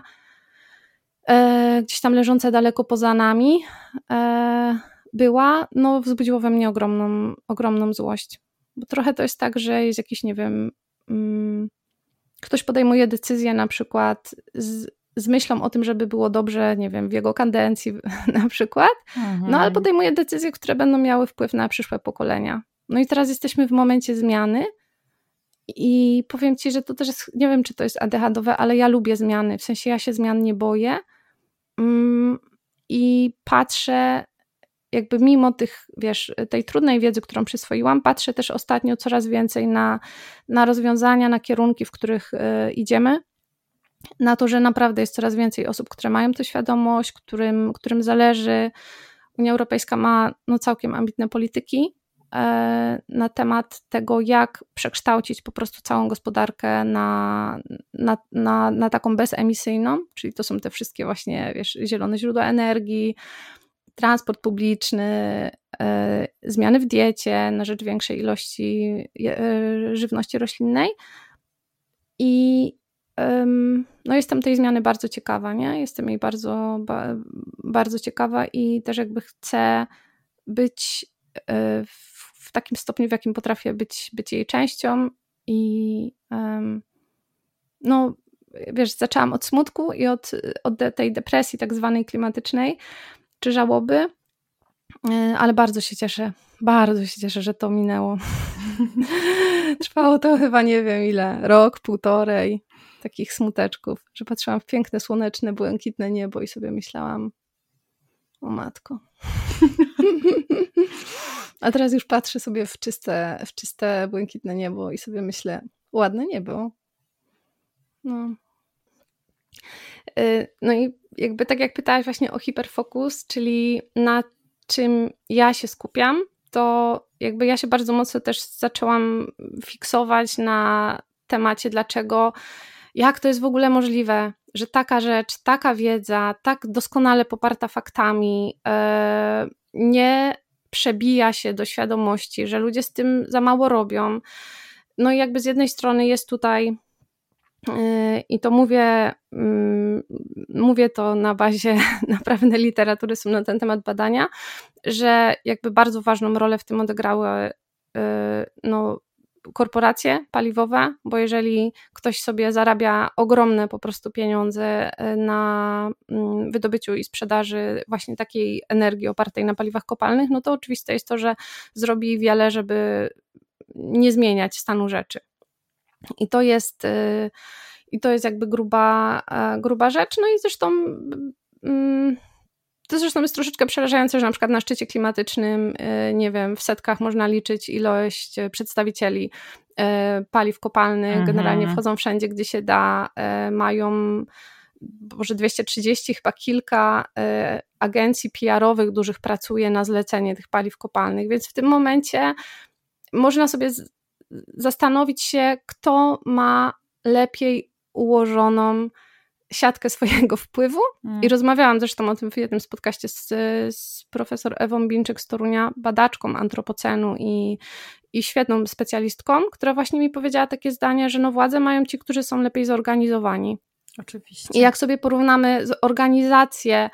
e, gdzieś tam leżąca daleko poza nami e, była, no wzbudziło we mnie ogromną, ogromną złość. Bo trochę to jest tak, że jest jakiś, nie wiem... Mm, ktoś podejmuje decyzję na przykład z, z myślą o tym, żeby było dobrze, nie wiem, w jego kadencji na przykład, mhm. no ale podejmuje decyzje, które będą miały wpływ na przyszłe pokolenia. No i teraz jesteśmy w momencie zmiany i powiem ci, że to też jest, nie wiem, czy to jest adechadowe, ale ja lubię zmiany, w sensie ja się zmian nie boję mm, i patrzę jakby mimo tych, wiesz, tej trudnej wiedzy, którą przyswoiłam, patrzę też ostatnio coraz więcej na, na rozwiązania, na kierunki, w których y, idziemy, na to, że naprawdę jest coraz więcej osób, które mają tę świadomość, którym, którym zależy. Unia Europejska ma no, całkiem ambitne polityki y, na temat tego, jak przekształcić po prostu całą gospodarkę na, na, na, na taką bezemisyjną, czyli to są te wszystkie właśnie, wiesz, zielone źródła energii, transport publiczny, e, zmiany w diecie na rzecz większej ilości e, żywności roślinnej i e, no jestem tej zmiany bardzo ciekawa, nie? Jestem jej bardzo, ba, bardzo ciekawa i też jakby chcę być e, w, w takim stopniu, w jakim potrafię być, być jej częścią i e, no wiesz, zaczęłam od smutku i od, od tej depresji tak zwanej klimatycznej, czy żałoby, ale bardzo się cieszę, bardzo się cieszę, że to minęło. Trwało to chyba nie wiem ile, rok, półtorej takich smuteczków, że patrzyłam w piękne, słoneczne, błękitne niebo i sobie myślałam, o matko. A teraz już patrzę sobie w czyste, w czyste, błękitne niebo i sobie myślę, ładne niebo. No. No i jakby tak jak pytałaś właśnie o hiperfokus, czyli na czym ja się skupiam, to jakby ja się bardzo mocno też zaczęłam fiksować na temacie, dlaczego, jak to jest w ogóle możliwe, że taka rzecz, taka wiedza, tak doskonale poparta faktami yy, nie przebija się do świadomości, że ludzie z tym za mało robią. No i jakby z jednej strony jest tutaj i to mówię, mówię to na bazie naprawdę literatury, są na ten temat badania, że jakby bardzo ważną rolę w tym odegrały no, korporacje paliwowe, bo jeżeli ktoś sobie zarabia ogromne po prostu pieniądze na wydobyciu i sprzedaży właśnie takiej energii opartej na paliwach kopalnych, no to oczywiste jest to, że zrobi wiele, żeby nie zmieniać stanu rzeczy. I to jest, i to jest jakby gruba, gruba rzecz. No i zresztą to zresztą jest troszeczkę przerażające, że na przykład na szczycie klimatycznym, nie wiem, w setkach można liczyć ilość przedstawicieli paliw kopalnych, mhm. generalnie wchodzą wszędzie, gdzie się da, mają może dwieście trzydzieści, chyba kilka y, agencji P R owych dużych pracuje na zlecenie tych paliw kopalnych, więc w tym momencie można sobie z, zastanowić się, kto ma lepiej ułożoną siatkę swojego wpływu mm. i rozmawiałam zresztą o tym w jednym z podcaście z, z profesor Ewą Binczyk z Torunia, badaczką antropocenu i, i świetną specjalistką, która właśnie mi powiedziała takie zdanie, że no władze mają ci, którzy są lepiej zorganizowani. Oczywiście. I jak sobie porównamy organizację,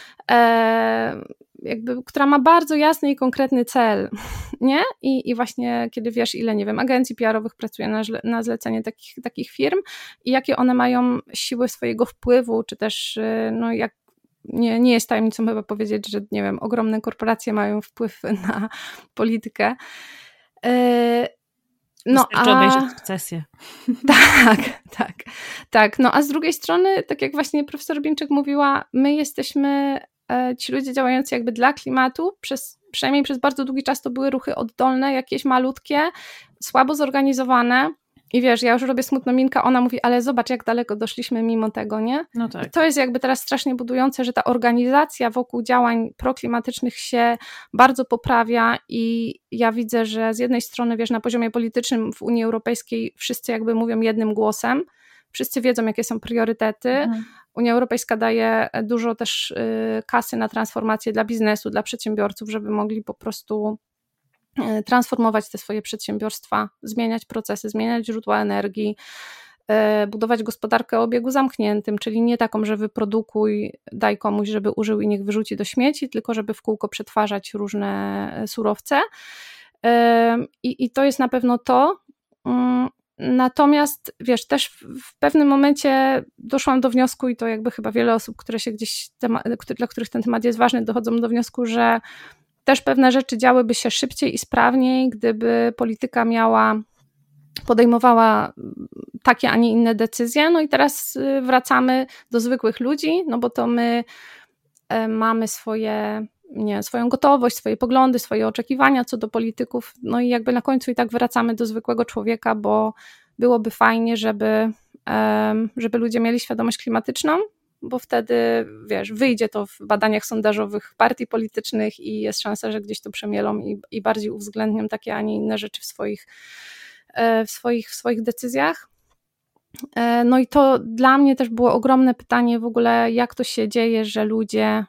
e, jakby, która ma bardzo jasny i konkretny cel, nie? I, i właśnie kiedy wiesz, ile, nie wiem, agencji P R owych pracuje na, na zlecenie takich, takich firm i jakie one mają siły swojego wpływu, czy też, no jak nie, nie jest tajemnicą chyba powiedzieć, że, nie wiem, ogromne korporacje mają wpływ na politykę. E, No, a obejrzeć sukcesję. Tak, tak, tak. No a z drugiej strony, tak jak właśnie profesor Binczyk mówiła, my jesteśmy, e, ci ludzie działający jakby dla klimatu, przez, przynajmniej przez bardzo długi czas to były ruchy oddolne, jakieś malutkie, słabo zorganizowane. I wiesz, ja już robię smutno minka, ona mówi, ale zobacz, jak daleko doszliśmy mimo tego, nie? No tak. I to jest jakby teraz strasznie budujące, że ta organizacja wokół działań proklimatycznych się bardzo poprawia i ja widzę, że z jednej strony, wiesz, na poziomie politycznym w Unii Europejskiej wszyscy jakby mówią jednym głosem, wszyscy wiedzą, jakie są priorytety. Mhm. Unia Europejska daje dużo też y, kasy na transformację dla biznesu, dla przedsiębiorców, żeby mogli po prostu transformować te swoje przedsiębiorstwa, zmieniać procesy, zmieniać źródła energii, budować gospodarkę o obiegu zamkniętym, czyli nie taką, że wyprodukuj, daj komuś, żeby użył i niech wyrzuci do śmieci, tylko żeby w kółko przetwarzać różne surowce. I, i to jest na pewno to. Natomiast wiesz, też w pewnym momencie doszłam do wniosku i to jakby chyba wiele osób, które się gdzieś, dla których ten temat jest ważny, dochodzą do wniosku, że też pewne rzeczy działyby się szybciej i sprawniej, gdyby polityka miała, podejmowała takie, a nie inne decyzje. No i teraz wracamy do zwykłych ludzi, no bo to my mamy swoje, nie, swoją gotowość, swoje poglądy, swoje oczekiwania co do polityków, no i jakby na końcu i tak wracamy do zwykłego człowieka, bo byłoby fajnie, żeby, żeby ludzie mieli świadomość klimatyczną, bo wtedy, wiesz, wyjdzie to w badaniach sondażowych partii politycznych i jest szansa, że gdzieś to przemielą i, i bardziej uwzględnią takie, a nie inne rzeczy w swoich, w swoich, w swoich decyzjach. No i to dla mnie też było ogromne pytanie w ogóle, jak to się dzieje, że ludzie,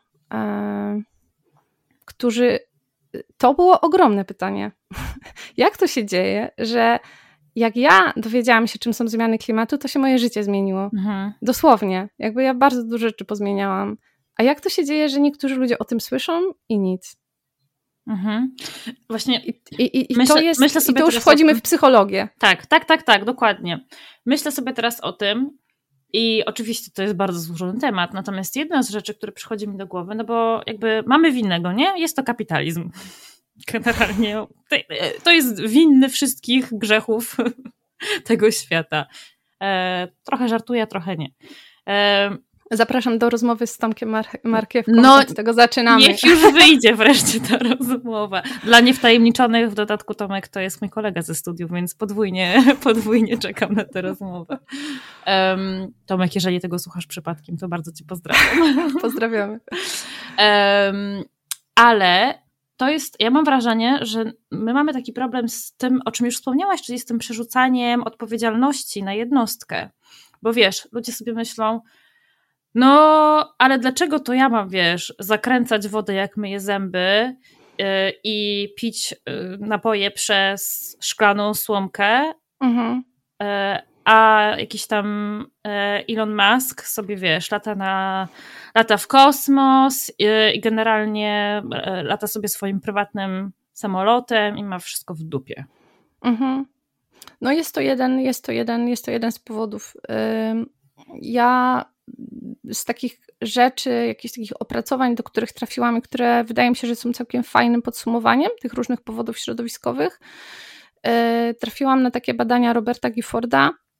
którzy... To było ogromne pytanie. Jak to się dzieje, że jak ja dowiedziałam się, czym są zmiany klimatu, to się moje życie zmieniło. Mhm. Dosłownie. Jakby ja bardzo dużo rzeczy pozmieniałam. A jak to się dzieje, że niektórzy ludzie o tym słyszą i nic? Mhm. Właśnie I, i, i, myślę, to, jest, myślę sobie i to już wchodzimy tym... w psychologię. Tak, tak, tak, tak, dokładnie. Myślę sobie teraz o tym i oczywiście to jest bardzo złożony temat, natomiast jedna z rzeczy, które przychodzi mi do głowy, no bo jakby mamy winnego, nie? Jest to kapitalizm. Generalnie to jest winny wszystkich grzechów tego świata. E, trochę żartuję, trochę nie. E, Zapraszam do rozmowy z Tomkiem Mar- Markiewką, no, od tego zaczynamy. Niech już wyjdzie wreszcie ta rozmowa. Dla niewtajemniczonych w dodatku Tomek to jest mój kolega ze studiów, więc podwójnie, podwójnie czekam na tę rozmowę. Um, Tomek, jeżeli tego słuchasz przypadkiem, to bardzo cię pozdrawiam. Pozdrawiamy. Um, ale to jest, ja mam wrażenie, że my mamy taki problem z tym, o czym już wspomniałaś, czyli z tym przerzucaniem odpowiedzialności na jednostkę. Bo wiesz, ludzie sobie myślą, no, ale dlaczego to ja mam, wiesz, zakręcać wodę, jak myję zęby yy, i pić yy, napoje przez szklaną słomkę, mhm. yy, a jakiś tam yy, Elon Musk sobie, wiesz, lata, na, lata w kosmos yy, i generalnie yy, lata sobie swoim prywatnym samolotem i ma wszystko w dupie. Mhm. No jest to jeden, jest to jeden, jest to jeden z powodów. Yy, ja z takich rzeczy, jakichś takich opracowań, do których trafiłam i które wydaje mi się, że są całkiem fajnym podsumowaniem tych różnych powodów środowiskowych, trafiłam na takie badania Roberta Gifforda,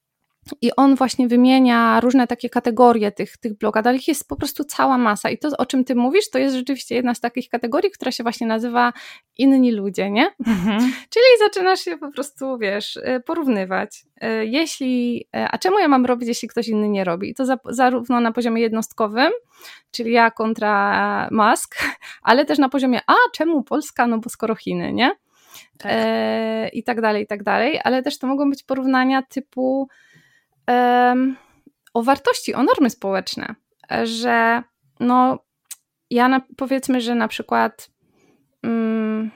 I on właśnie wymienia różne takie kategorie tych, tych blokad, ale ich jest po prostu cała masa. I to, o czym ty mówisz, to jest rzeczywiście jedna z takich kategorii, która się właśnie nazywa inni ludzie, nie? Mhm. Czyli zaczynasz się po prostu, wiesz, porównywać. Jeśli, a czemu ja mam robić, jeśli ktoś inny nie robi? I to za, zarówno na poziomie jednostkowym, czyli ja kontra Musk, ale też na poziomie, a czemu Polska? No bo skoro Chiny, nie? Tak. E, I tak dalej, i tak dalej. Ale też to mogą być porównania typu Um, o wartości, o normy społeczne, że no ja na, powiedzmy, że na przykład um,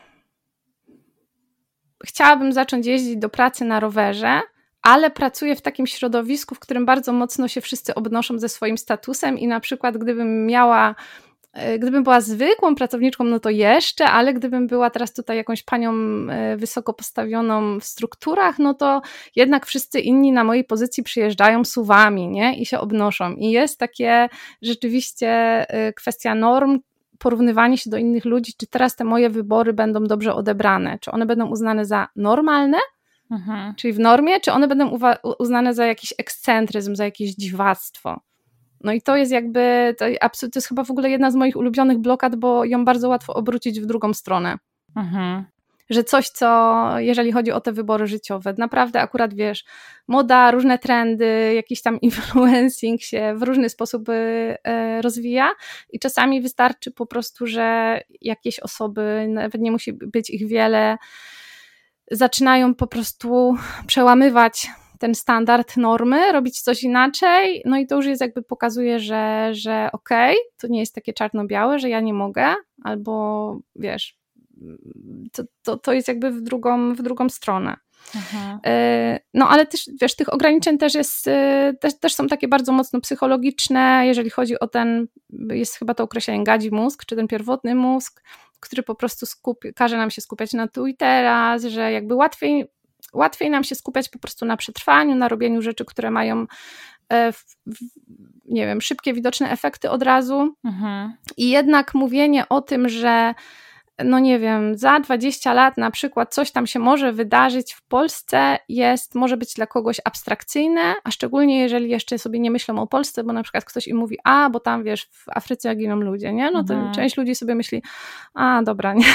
chciałabym zacząć jeździć do pracy na rowerze, ale pracuję w takim środowisku, w którym bardzo mocno się wszyscy obnoszą ze swoim statusem i na przykład gdybym miała Gdybym była zwykłą pracowniczką, no to jeszcze, ale gdybym była teraz tutaj jakąś panią wysoko postawioną w strukturach, no to jednak wszyscy inni na mojej pozycji przyjeżdżają suwami, nie? I się obnoszą. I jest takie rzeczywiście kwestia norm, porównywanie się do innych ludzi, czy teraz te moje wybory będą dobrze odebrane, czy one będą uznane za normalne, mhm. czyli w normie, czy one będą uwa- uznane za jakiś ekscentryzm, za jakieś dziwactwo. No i to jest jakby, to, to jest chyba w ogóle jedna z moich ulubionych blokad, bo ją bardzo łatwo obrócić w drugą stronę. Mhm. Że coś, co jeżeli chodzi o te wybory życiowe, naprawdę akurat wiesz, moda, różne trendy, jakiś tam influencing się w różny sposób e, rozwija i czasami wystarczy po prostu, że jakieś osoby, nawet nie musi być ich wiele, zaczynają po prostu przełamywać ten standard, normy, robić coś inaczej, no i to już jest jakby pokazuje, że, że okej, okay, to nie jest takie czarno-białe, że ja nie mogę, albo wiesz, to, to, to jest jakby w drugą, w drugą stronę. Aha. No ale też, wiesz, tych ograniczeń też jest, też, też są takie bardzo mocno psychologiczne, jeżeli chodzi o ten, jest chyba to określenie gadzi mózg, czy ten pierwotny mózg, który po prostu skupi, każe nam się skupiać na tu i teraz, że jakby łatwiej Łatwiej nam się skupiać po prostu na przetrwaniu, na robieniu rzeczy, które mają w, w, nie wiem, szybkie, widoczne efekty od razu. Mhm. I jednak mówienie o tym, że no nie wiem, za dwadzieścia lat na przykład coś tam się może wydarzyć w Polsce jest, może być dla kogoś abstrakcyjne, a szczególnie jeżeli jeszcze sobie nie myślą o Polsce, bo na przykład ktoś im mówi, a bo tam wiesz, w Afryce giną ludzie, nie? No to mhm. część ludzi sobie myśli, a dobra, nie?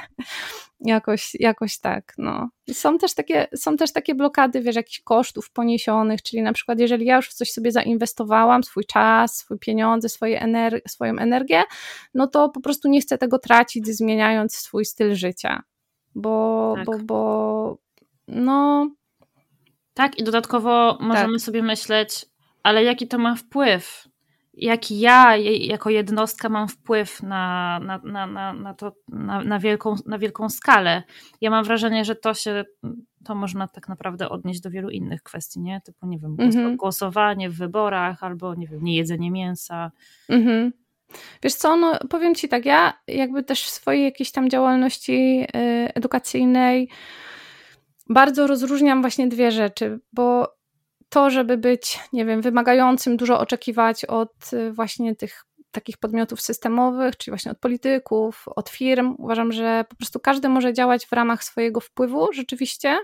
Jakoś, jakoś tak, no. Są też takie, są też takie blokady, wiesz, jakichś kosztów poniesionych, czyli na przykład jeżeli ja już w coś sobie zainwestowałam, swój czas, swój pieniądze, swoje ener- swoją energię, no to po prostu nie chcę tego tracić, zmieniając swój styl życia, bo, tak. bo, bo no... Tak, i dodatkowo możemy tak. sobie myśleć, ale jaki to ma wpływ? Jaki ja jako jednostka mam wpływ na, na, na, na, na to, na, na, wielką, na wielką skalę. Ja mam wrażenie, że to się, to można tak naprawdę odnieść do wielu innych kwestii, nie? Typu, nie wiem, mm-hmm. głosowanie w wyborach albo, nie wiem, niejedzenie mięsa. Mm-hmm. Wiesz co, no powiem ci tak, ja jakby też w swojej jakiejś tam działalności yy, edukacyjnej bardzo rozróżniam właśnie dwie rzeczy, bo to, żeby być, nie wiem, wymagającym, dużo oczekiwać od właśnie tych takich podmiotów systemowych, czyli właśnie od polityków, od firm. Uważam, że po prostu każdy może działać w ramach swojego wpływu rzeczywiście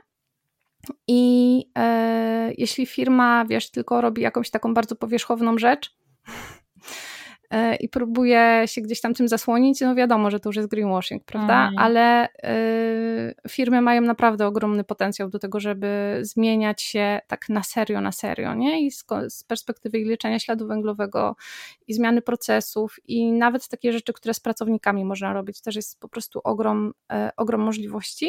i e, jeśli firma, wiesz, tylko robi jakąś taką bardzo powierzchowną rzecz e, i próbuje się gdzieś tam tym zasłonić, no wiadomo, że to już jest greenwashing, prawda? Mm. Ale y, firmy mają naprawdę ogromny potencjał do tego, żeby zmieniać się tak na serio, na serio, nie? I z, z perspektywy leczenia śladu węglowego i zmiany procesów i nawet takie rzeczy, które z pracownikami można robić, też jest po prostu ogrom, y, ogrom możliwości.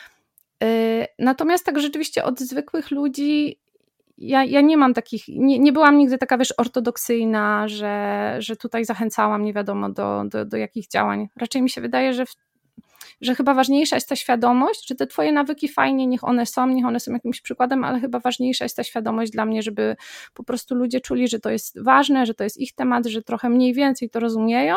Y, natomiast tak rzeczywiście od zwykłych ludzi Ja, ja nie mam takich, nie, nie byłam nigdy taka, wiesz, ortodoksyjna, że, że tutaj zachęcałam nie wiadomo do, do, do jakich działań. Raczej mi się wydaje, że, w, że chyba ważniejsza jest ta świadomość, że te twoje nawyki fajnie, niech one są, niech one są jakimś przykładem, ale chyba ważniejsza jest ta świadomość dla mnie, żeby po prostu ludzie czuli, że to jest ważne, że to jest ich temat, że trochę mniej więcej to rozumieją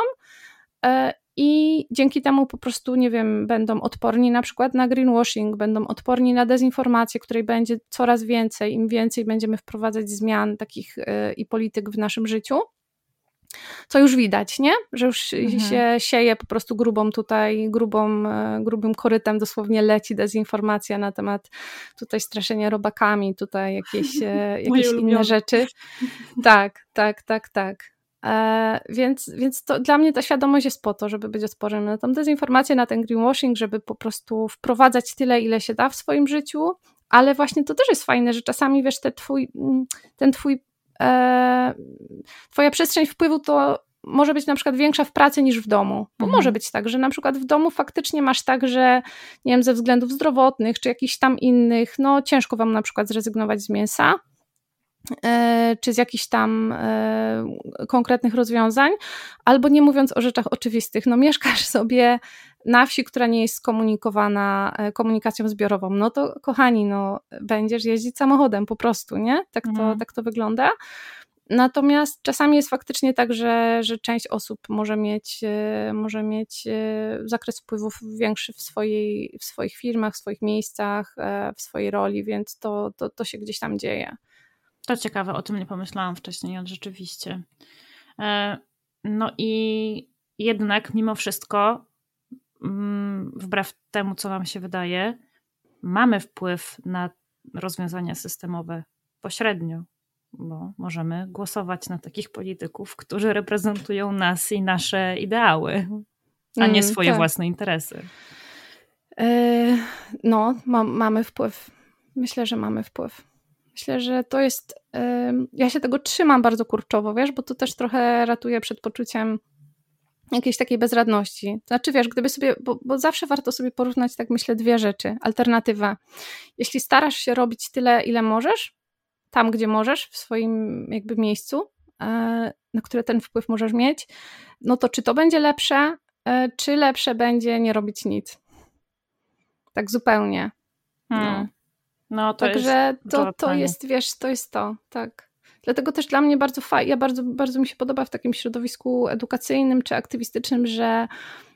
i dzięki temu po prostu, nie wiem, będą odporni na przykład na greenwashing, będą odporni na dezinformację, której będzie coraz więcej, im więcej będziemy wprowadzać zmian takich yy, i polityk w naszym życiu. co już widać, nie? Że już Mhm. się sieje po prostu grubą tutaj, grubą, grubym korytem dosłownie leci dezinformacja na temat tutaj straszenia robakami, tutaj jakieś, jakieś inne rzeczy. Tak, tak, tak, tak. E, więc więc to, dla mnie ta świadomość jest po to, żeby być odpornym na tą dezinformację, na ten greenwashing, żeby po prostu wprowadzać tyle, ile się da w swoim życiu, ale właśnie to też jest fajne, że czasami, wiesz, ten twój, ten twój e, twoja przestrzeń wpływu to może być na przykład większa w pracy niż w domu, bo Mhm. może być tak, że na przykład w domu faktycznie masz tak, że nie wiem, ze względów zdrowotnych, czy jakichś tam innych, no ciężko wam na przykład zrezygnować z mięsa, czy z jakichś tam e, konkretnych rozwiązań, albo nie mówiąc o rzeczach oczywistych, no mieszkasz sobie na wsi, która nie jest skomunikowana komunikacją zbiorową, no to kochani, no będziesz jeździć samochodem po prostu, nie? Tak to, Mhm. tak to wygląda. Natomiast czasami jest faktycznie tak, że, że część osób może mieć, może mieć zakres wpływów większy w, swojej, w swoich firmach, w swoich miejscach, w swojej roli, więc to, to, to się gdzieś tam dzieje. To ciekawe, o tym nie pomyślałam wcześniej, ale rzeczywiście. No i jednak mimo wszystko, wbrew temu, co nam się wydaje, mamy wpływ na rozwiązania systemowe pośrednio, bo możemy głosować na takich polityków, którzy reprezentują nas i nasze ideały, a nie swoje mm, tak. własne interesy. Yy, no, ma, mamy wpływ. Myślę, że mamy wpływ. Myślę, że to jest... Yy, ja się tego trzymam bardzo kurczowo, wiesz, bo to też trochę ratuje przed poczuciem jakiejś takiej bezradności. Znaczy, wiesz, gdyby sobie... Bo, bo zawsze warto sobie porównać, tak myślę, dwie rzeczy. Alternatywa. Jeśli starasz się robić tyle, ile możesz, tam, gdzie możesz, w swoim jakby miejscu, yy, na które ten wpływ możesz mieć, no to czy to będzie lepsze, yy, czy lepsze będzie nie robić nic. Tak zupełnie. Hmm. No. No, to Także jest to, to jest, wiesz, to jest to, tak. Dlatego też dla mnie bardzo fajnie, ja bardzo, bardzo mi się podoba w takim środowisku edukacyjnym czy aktywistycznym, że,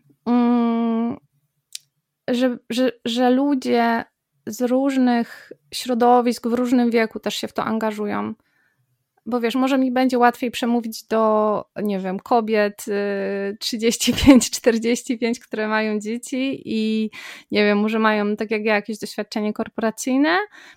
mm, że, że, że ludzie z różnych środowisk, w różnym wieku też się w to angażują. Bo wiesz, może mi będzie łatwiej przemówić do, nie wiem, kobiet trzydzieści pięć czterdzieści pięć, które mają dzieci i nie wiem, może mają, tak jak ja, jakieś doświadczenie korporacyjne,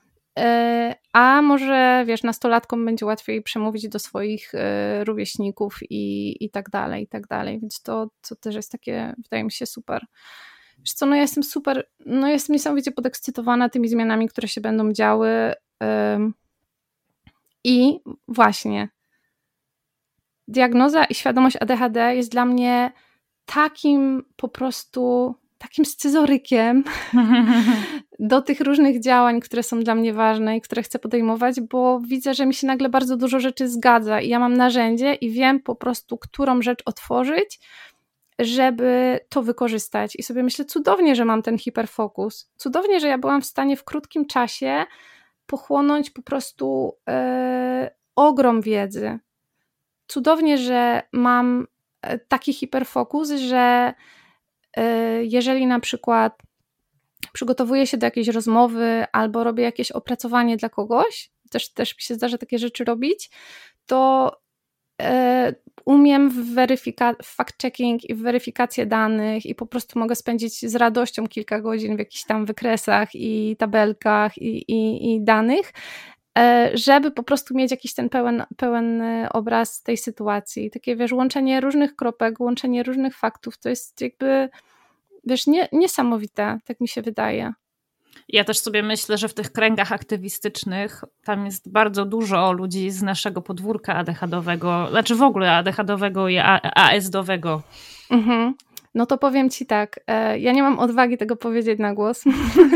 a może, wiesz, nastolatkom będzie łatwiej przemówić do swoich rówieśników i, i tak dalej, i tak dalej. Więc to, to też jest takie, wydaje mi się, super. Wiesz co, no ja jestem super, no jestem niesamowicie podekscytowana tymi zmianami, które się będą działy. I właśnie diagnoza i świadomość A D H D jest dla mnie takim po prostu, takim scyzorykiem do tych różnych działań, które są dla mnie ważne i które chcę podejmować, bo widzę, że mi się nagle bardzo dużo rzeczy zgadza i ja mam narzędzie i wiem po prostu, którą rzecz otworzyć, żeby to wykorzystać. I sobie myślę, cudownie, że mam ten hiperfokus. Cudownie, że ja byłam w stanie w krótkim czasie pochłonąć po prostu yy, ogrom wiedzy. Cudownie, że mam taki hiperfokus, że yy, jeżeli na przykład przygotowuję się do jakiejś rozmowy albo robię jakieś opracowanie dla kogoś, też, też mi się zdarza takie rzeczy robić, to yy, umiem w, weryfika- w fact-checking i w weryfikację danych i po prostu mogę spędzić z radością kilka godzin w jakichś tam wykresach i tabelkach i, i, i danych, żeby po prostu mieć jakiś ten pełen, pełen obraz tej sytuacji. Takie, wiesz, łączenie różnych kropek, łączenie różnych faktów, to jest jakby, wiesz, nie, niesamowite, tak mi się wydaje. Ja też sobie myślę, że w tych kręgach aktywistycznych tam jest bardzo dużo ludzi z naszego podwórka A D H D-owego, znaczy w ogóle A D H D-owego i A S D-owego. Mhm. No to powiem ci tak, ja nie mam odwagi tego powiedzieć na głos,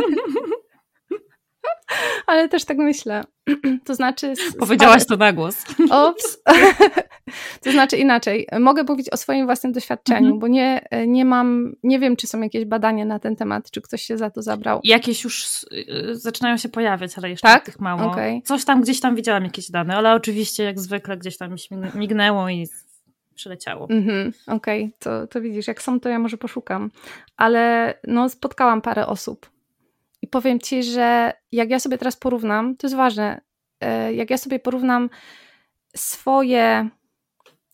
ale też tak myślę. To znaczy... Powiedziałaś to na głos. Ops. To znaczy inaczej. Mogę mówić o swoim własnym doświadczeniu, mhm. bo nie, nie mam, nie wiem, czy są jakieś badania na ten temat, czy ktoś się za to zabrał. Jakieś już zaczynają się pojawiać, ale jeszcze tak? tych mało. Okay. Coś tam, gdzieś tam widziałam jakieś dane, ale oczywiście jak zwykle gdzieś tam mi mignęło i przyleciało. Mhm. Okej, okay. to, to widzisz, jak są, to ja może poszukam. Ale no, spotkałam parę osób. I powiem ci, że jak ja sobie teraz porównam, to jest ważne, jak ja sobie porównam swoje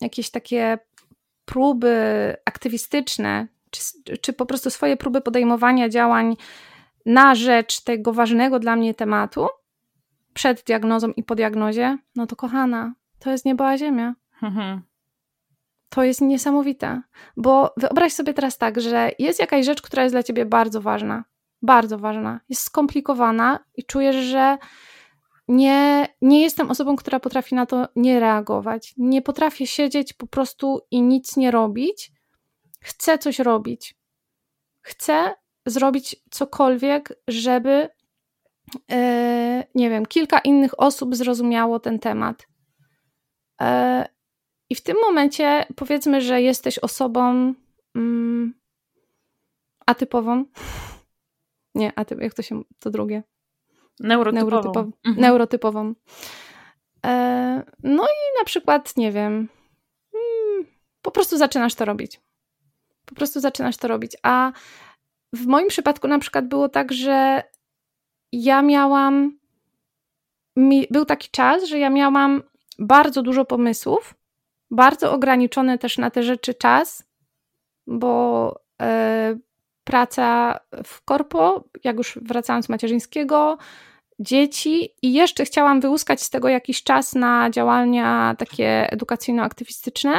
jakieś takie próby aktywistyczne, czy, czy po prostu swoje próby podejmowania działań na rzecz tego ważnego dla mnie tematu, przed diagnozą i po diagnozie, no to kochana, to jest niebo a ziemia. Mhm. To jest niesamowite, bo wyobraź sobie teraz tak, że jest jakaś rzecz, która jest dla ciebie bardzo ważna, bardzo ważna, jest skomplikowana i czujesz, że nie, nie jestem osobą, która potrafi na to nie reagować. Nie potrafię siedzieć po prostu i nic nie robić. Chcę coś robić. Chcę zrobić cokolwiek, żeby yy, nie wiem, kilka innych osób zrozumiało ten temat. Yy, I w tym momencie powiedzmy, że jesteś osobą mm, atypową. Nie, atyp, jak to się, to drugie? Neurotypową. Neurotypową. Mhm. Neurotypową. E, no i na przykład, nie wiem, mm, po prostu zaczynasz to robić. Po prostu zaczynasz to robić. A w moim przypadku na przykład było tak, że ja miałam, mi, był taki czas, że ja miałam bardzo dużo pomysłów, bardzo ograniczony też na te rzeczy czas, bo e, praca w korpo, jak już wracałam z macierzyńskiego, dzieci i jeszcze chciałam wyłuskać z tego jakiś czas na działania takie edukacyjno-aktywistyczne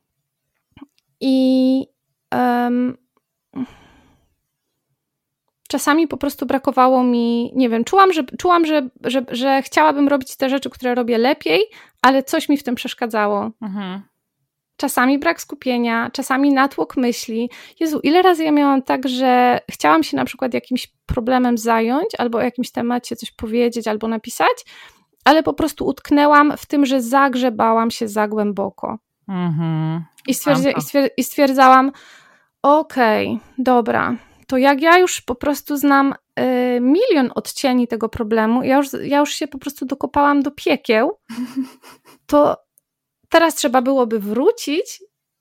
i um, czasami po prostu brakowało mi, nie wiem, czułam, że, czułam że, że, że chciałabym robić te rzeczy, które robię lepiej, ale coś mi w tym przeszkadzało. Mhm. Czasami brak skupienia, czasami natłok myśli. Jezu, ile razy ja miałam tak, że chciałam się na przykład jakimś problemem zająć, albo o jakimś temacie coś powiedzieć, albo napisać, ale po prostu utknęłam w tym, że zagrzebałam się za głęboko. Mhm. I, stwierdzi- i, stwier- I stwierdzałam, okej, okay, dobra, to jak ja już po prostu znam y, milion odcieni tego problemu, ja już, ja już się po prostu dokopałam do piekieł, to teraz trzeba byłoby wrócić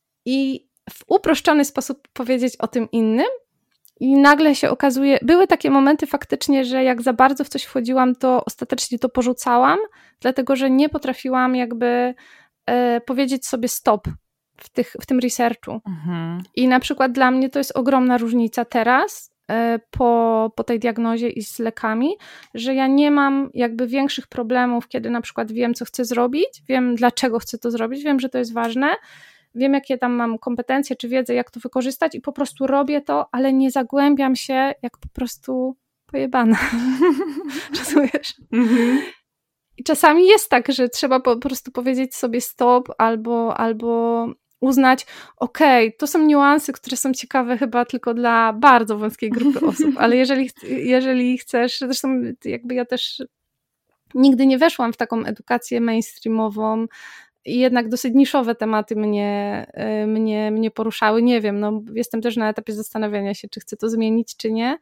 i w uproszczony sposób powiedzieć o tym innym i nagle się okazuje, były takie momenty faktycznie, że jak za bardzo w coś wchodziłam, to ostatecznie to porzucałam, dlatego że nie potrafiłam jakby e, powiedzieć sobie stop w, tych, w tym researchu. Mhm. I na przykład dla mnie to jest ogromna różnica teraz e, po, po tej diagnozie i z lekami, że ja nie mam jakby większych problemów, kiedy na przykład wiem, co chcę zrobić, wiem, dlaczego chcę to zrobić, wiem, że to jest ważne, wiem, jakie tam mam kompetencje czy wiedzę, jak to wykorzystać i po prostu robię to, ale nie zagłębiam się jak po prostu pojebana. Rozumiesz? Mhm. I czasami jest tak, że trzeba po prostu powiedzieć sobie stop albo, albo uznać, okej, okay, to są niuanse, które są ciekawe chyba tylko dla bardzo wąskiej grupy osób, ale jeżeli, jeżeli chcesz, zresztą jakby ja też nigdy nie weszłam w taką edukację mainstreamową, i jednak dosyć niszowe tematy mnie, mnie, mnie poruszały. Nie wiem, no jestem też na etapie zastanawiania się, czy chcę to zmienić, czy nie,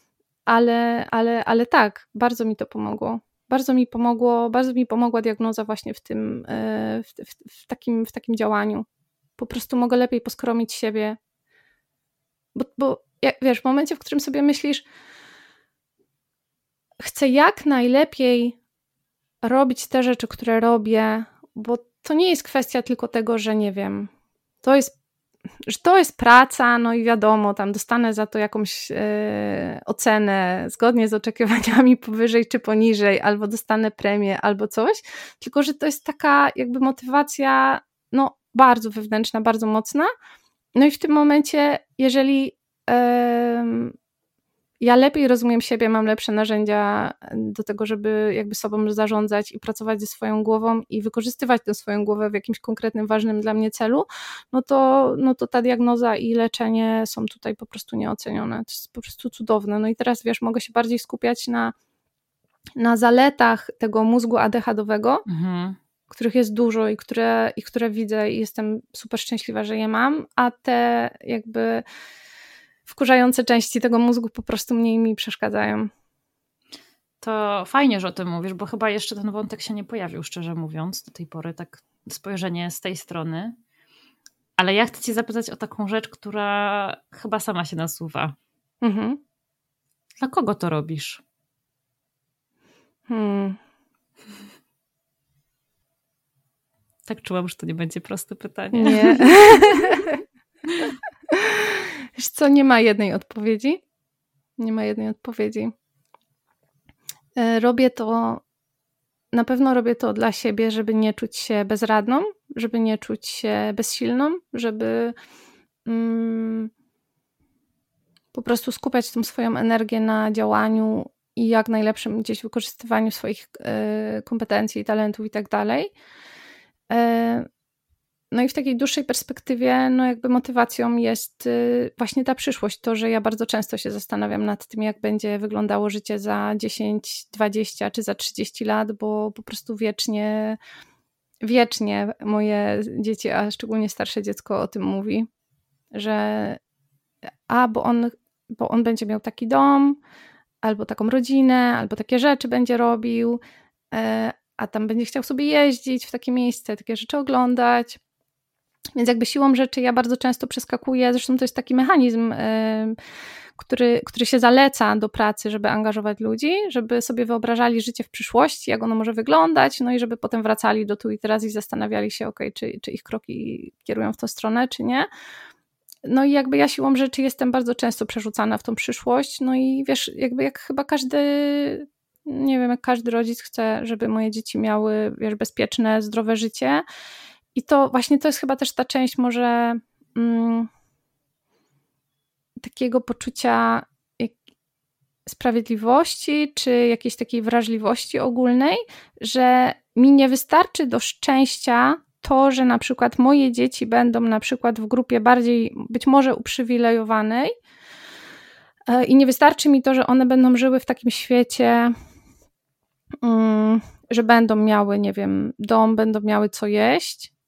ale, ale, ale tak, bardzo mi to pomogło. Bardzo mi pomogło, bardzo mi pomogła diagnoza właśnie w tym, w, w, w, takim, w takim działaniu. Po prostu mogę lepiej poskromić siebie. Bo, bo wiesz, w momencie, w którym sobie myślisz, chcę jak najlepiej robić te rzeczy, które robię, bo to nie jest kwestia tylko tego, że nie wiem, to jest, że to jest praca, no i wiadomo, tam dostanę za to jakąś e, ocenę zgodnie z oczekiwaniami powyżej czy poniżej, albo dostanę premię, albo coś, tylko że to jest taka jakby motywacja no bardzo wewnętrzna, bardzo mocna. No i w tym momencie, jeżeli e, ja lepiej rozumiem siebie, mam lepsze narzędzia do tego, żeby jakby sobą zarządzać i pracować ze swoją głową i wykorzystywać tę swoją głowę w jakimś konkretnym, ważnym dla mnie celu, no to, no to ta diagnoza i leczenie są tutaj po prostu nieocenione. To jest po prostu cudowne. No i teraz wiesz, mogę się bardziej skupiać na, na zaletach tego mózgu A D H D-owego, mhm. których jest dużo i które, i które widzę i jestem super szczęśliwa, że je mam, a te jakby wkurzające części tego mózgu po prostu mniej mi przeszkadzają. To fajnie, że o tym mówisz, bo chyba jeszcze ten wątek się nie pojawił, szczerze mówiąc, do tej pory, tak spojrzenie z tej strony. Ale ja chcę cię zapytać o taką rzecz, która chyba sama się nasuwa. Mhm. Dla kogo to robisz? Hmm. Tak czułam, że to nie będzie proste pytanie. Nie. Wiesz co, nie ma jednej odpowiedzi. Nie ma jednej odpowiedzi. Robię to, na pewno robię to dla siebie, żeby nie czuć się bezradną, żeby nie czuć się bezsilną, żeby mm, po prostu skupiać tą swoją energię na działaniu i jak najlepszym gdzieś wykorzystywaniu swoich y, kompetencji, talentów i tak dalej. No i w takiej dłuższej perspektywie, no jakby motywacją jest y, właśnie ta przyszłość. To, że ja bardzo często się zastanawiam nad tym, jak będzie wyglądało życie za dziesięć, dwadzieścia czy za trzydzieści lat, bo po prostu wiecznie, wiecznie moje dzieci, a szczególnie starsze dziecko o tym mówi, że a, bo on, bo on będzie miał taki dom, albo taką rodzinę, albo takie rzeczy będzie robił, y, a tam będzie chciał sobie jeździć w takie miejsce, takie rzeczy oglądać. Więc jakby siłą rzeczy ja bardzo często przeskakuję, zresztą to jest taki mechanizm, yy, który, który się zaleca do pracy, żeby angażować ludzi, żeby sobie wyobrażali życie w przyszłości, jak ono może wyglądać, no i żeby potem wracali do tu i teraz i zastanawiali się, okej, czy, czy ich kroki kierują w tą stronę, czy nie. No i jakby ja siłą rzeczy jestem bardzo często przerzucana w tą przyszłość, no i wiesz, jakby jak chyba każdy, nie wiem, jak każdy rodzic chce, żeby moje dzieci miały, wiesz, bezpieczne, zdrowe życie. I to właśnie to jest chyba też ta część może mm, takiego poczucia jak, sprawiedliwości, czy jakiejś takiej wrażliwości ogólnej, że mi nie wystarczy do szczęścia to, że na przykład moje dzieci będą na przykład w grupie bardziej być może uprzywilejowanej yy, i nie wystarczy mi to, że one będą żyły w takim świecie, yy, że będą miały, nie wiem, dom, będą miały co jeść,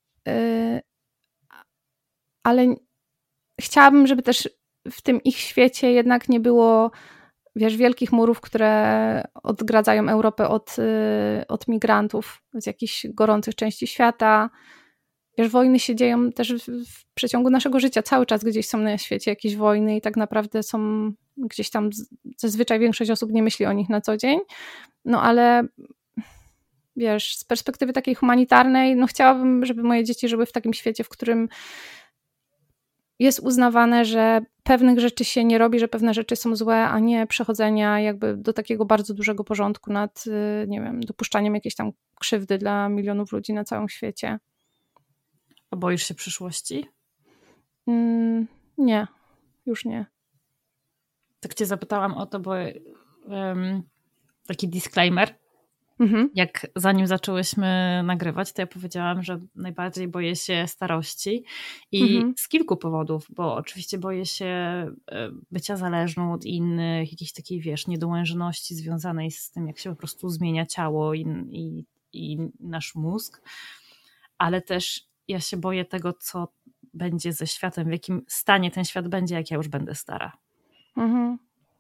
ale chciałabym, żeby też w tym ich świecie jednak nie było, wiesz, wielkich murów, które odgradzają Europę od, od migrantów z jakichś gorących części świata. Wiesz, wojny się dzieją też w, w przeciągu naszego życia. Cały czas gdzieś są na świecie jakieś wojny i tak naprawdę są gdzieś tam, zazwyczaj większość osób nie myśli o nich na co dzień. No ale wiesz, z perspektywy takiej humanitarnej, no chciałabym, żeby moje dzieci żyły w takim świecie, w którym jest uznawane, że pewnych rzeczy się nie robi, że pewne rzeczy są złe, a nie przechodzenia jakby do takiego bardzo dużego porządku nad, nie wiem, dopuszczaniem jakiejś tam krzywdy dla milionów ludzi na całym świecie. A boisz się przyszłości? Mm, nie, już nie. Tak cię zapytałam o to, bo um, taki disclaimer. Mhm. Jak zanim zaczęłyśmy nagrywać, to ja powiedziałam, że najbardziej boję się starości i mhm. z kilku powodów, bo oczywiście boję się bycia zależną od innych, jakiejś takiej, wiesz, niedołężności związanej z tym, jak się po prostu zmienia ciało i, i, i nasz mózg, ale też ja się boję tego, co będzie ze światem, w jakim stanie ten świat będzie, jak ja już będę stara. Mhm.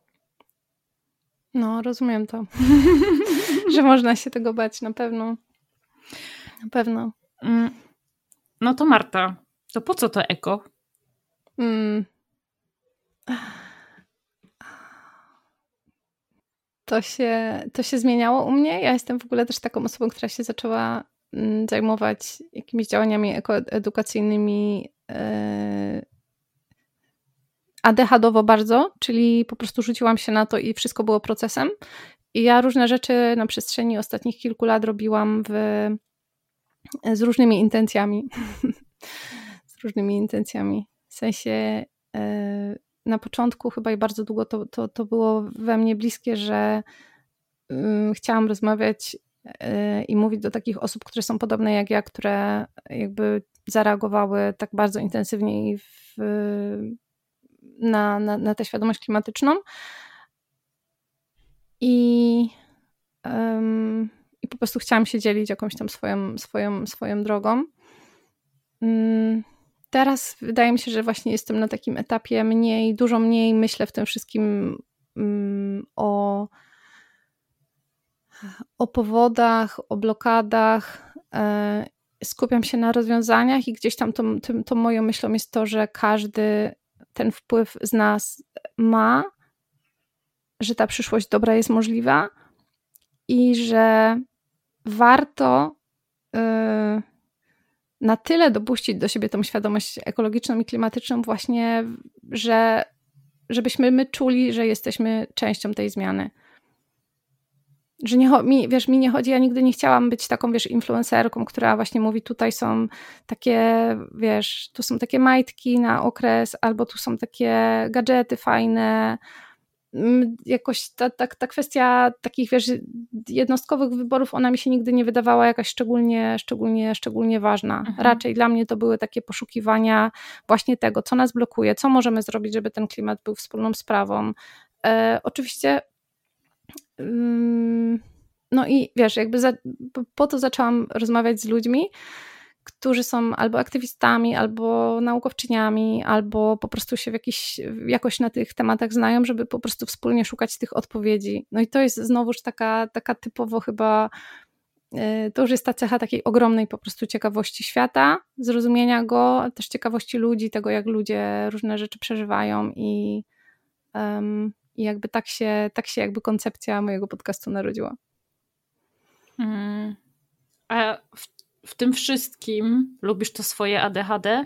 No, rozumiem to. Że można się tego bać, na pewno. Na pewno. No to Marta, to po co to eko? Mm. To się, to się zmieniało u mnie. Ja jestem w ogóle też taką osobą, która się zaczęła zajmować jakimiś działaniami edukacyjnymi A D H D-owo bardzo, czyli po prostu rzuciłam się na to i wszystko było procesem. I ja różne rzeczy na przestrzeni ostatnich kilku lat robiłam w, z różnymi intencjami. z różnymi intencjami. W sensie na początku chyba i bardzo długo to, to, to było we mnie bliskie, że um, chciałam rozmawiać y, i mówić do takich osób, które są podobne jak ja, które jakby zareagowały tak bardzo intensywnie w, na, na, na tę świadomość klimatyczną. I, um, i po prostu chciałam się dzielić jakąś tam swoją, swoją, swoją drogą. Um, Teraz wydaje mi się, że właśnie jestem na takim etapie mniej, dużo mniej myślę w tym wszystkim um, o, o powodach, o blokadach. E, skupiam się na rozwiązaniach i gdzieś tam tą, tą, tą moją myślą jest to, że każdy ten wpływ z nas ma, że ta przyszłość dobra jest możliwa i że warto y, na tyle dopuścić do siebie tą świadomość ekologiczną i klimatyczną właśnie, że żebyśmy my czuli, że jesteśmy częścią tej zmiany. Że nie, mi, wiesz, mi nie chodzi, ja nigdy nie chciałam być taką, wiesz, influencerką, która właśnie mówi, tutaj są takie, wiesz, tu są takie majtki na okres, albo tu są takie gadżety fajne. Jakoś ta, ta, ta kwestia takich, wiesz, jednostkowych wyborów, ona mi się nigdy nie wydawała jakaś szczególnie, szczególnie, szczególnie ważna. Mhm. Raczej dla mnie to były takie poszukiwania właśnie tego, co nas blokuje, co możemy zrobić, żeby ten klimat był wspólną sprawą. E, oczywiście no i wiesz, jakby za, po to zaczęłam rozmawiać z ludźmi, którzy są albo aktywistami, albo naukowczyniami, albo po prostu się w jakiś, jakoś na tych tematach znają, żeby po prostu wspólnie szukać tych odpowiedzi. No i to jest znowuż taka, taka typowo chyba, to już jest ta cecha takiej ogromnej po prostu ciekawości świata, zrozumienia go, też ciekawości ludzi, tego jak ludzie różne rzeczy przeżywają i um, I jakby tak się, tak się jakby koncepcja mojego podcastu narodziła. Hmm. A w, w tym wszystkim lubisz to swoje A D H D?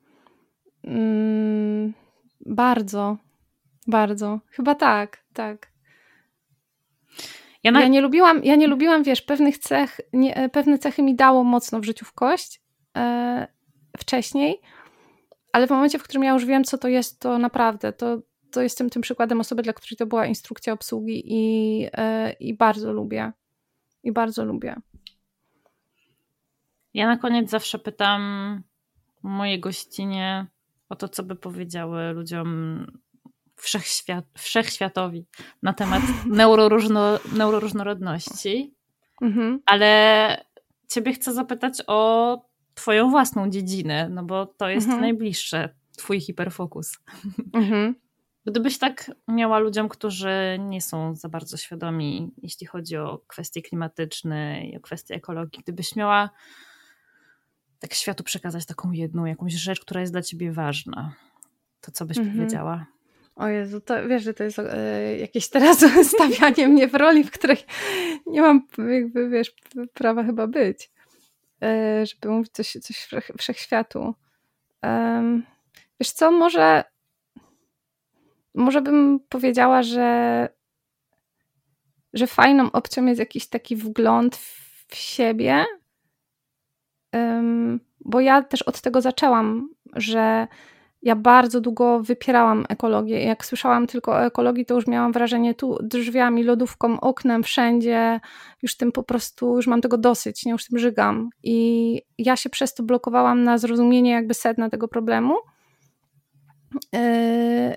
Mm, bardzo, bardzo. Chyba tak, tak. Ja, na... ja nie lubiłam, ja nie lubiłam, wiesz, pewnych cech, nie, pewne cechy mi dało mocno w życiu w kość e, wcześniej, ale w momencie, w którym ja już wiem, co to jest, to naprawdę, to to jestem tym przykładem osoby, dla której to była instrukcja obsługi i, yy, i bardzo lubię. I bardzo lubię. Ja na koniec zawsze pytam moje gościnie o to, co by powiedziały ludziom wszechświat, wszechświatowi na temat neuroróżno, neuroróżnorodności. Mhm. Ale ciebie chcę zapytać o twoją własną dziedzinę, no bo to jest mhm. najbliższe, twój hiperfokus. Mhm. Gdybyś tak miała ludziom, którzy nie są za bardzo świadomi, jeśli chodzi o kwestie klimatyczne i o kwestie ekologii, gdybyś miała tak światu przekazać taką jedną jakąś rzecz, która jest dla ciebie ważna, to co byś mhm. powiedziała? O Jezu, to wiesz, że to jest e, jakieś teraz stawianie mnie w roli, w której nie mam jakby, wiesz, prawa chyba być, e, żeby mówić coś, coś wszech, wszechświatu. Um, wiesz co, może Może bym powiedziała, że, że fajną opcją jest jakiś taki wgląd w siebie, um, bo ja też od tego zaczęłam, że ja bardzo długo wypierałam ekologię. Jak słyszałam tylko o ekologii, to już miałam wrażenie tu drzwiami, lodówką, oknem, wszędzie, już tym po prostu, już mam tego dosyć, nie, już tym żygam. I ja się przez to blokowałam na zrozumienie jakby sedna tego problemu. Yy,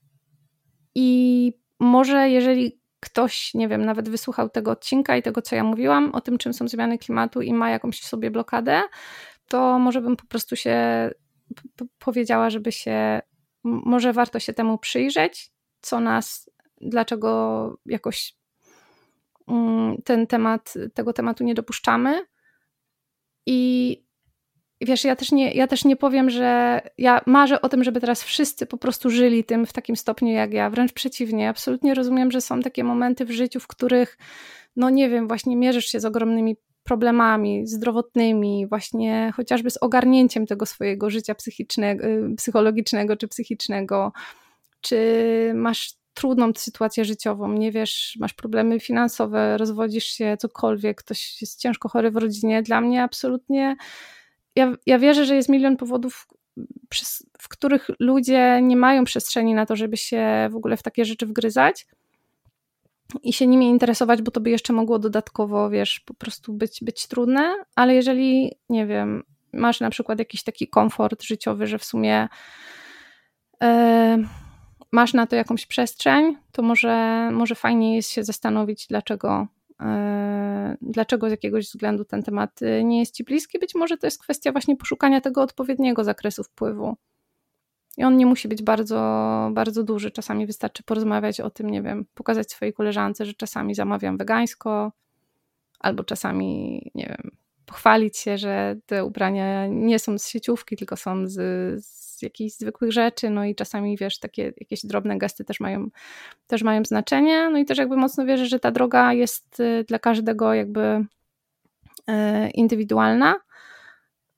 I może jeżeli ktoś, nie wiem, nawet wysłuchał tego odcinka i tego, co ja mówiłam o tym, czym są zmiany klimatu i ma jakąś w sobie blokadę, to może bym po prostu się p- powiedziała, żeby się, może warto się temu przyjrzeć, co nas, dlaczego jakoś ten temat, tego tematu nie dopuszczamy. I wiesz, ja też, nie, ja też nie powiem, że ja marzę o tym, żeby teraz wszyscy po prostu żyli tym w takim stopniu jak ja. Wręcz przeciwnie. Absolutnie rozumiem, że są takie momenty w życiu, w których, no nie wiem, właśnie mierzysz się z ogromnymi problemami zdrowotnymi, właśnie chociażby z ogarnięciem tego swojego życia psychicznego, psychologicznego czy psychicznego, czy masz trudną sytuację życiową, nie wiesz, masz problemy finansowe, rozwodzisz się, cokolwiek, ktoś jest ciężko chory w rodzinie. Dla mnie absolutnie Ja, ja wierzę, że jest milion powodów, w których ludzie nie mają przestrzeni na to, żeby się w ogóle w takie rzeczy wgryzać i się nimi interesować, bo to by jeszcze mogło dodatkowo, wiesz, po prostu być, być trudne, ale jeżeli, nie wiem, masz na przykład jakiś taki komfort życiowy, że w sumie yy, masz na to jakąś przestrzeń, to może, może fajnie jest się zastanowić, dlaczego dlaczego z jakiegoś względu ten temat nie jest ci bliski. Być może to jest kwestia właśnie poszukania tego odpowiedniego zakresu wpływu. I on nie musi być bardzo, bardzo duży. Czasami wystarczy porozmawiać o tym, nie wiem, pokazać swojej koleżance, że czasami zamawiam wegańsko, albo czasami, nie wiem, pochwalić się, że te ubrania nie są z sieciówki, tylko są z, z jakichś zwykłych rzeczy, no i czasami, wiesz, takie jakieś drobne gesty też mają, też mają znaczenie, no i też jakby mocno wierzę, że ta droga jest dla każdego jakby indywidualna,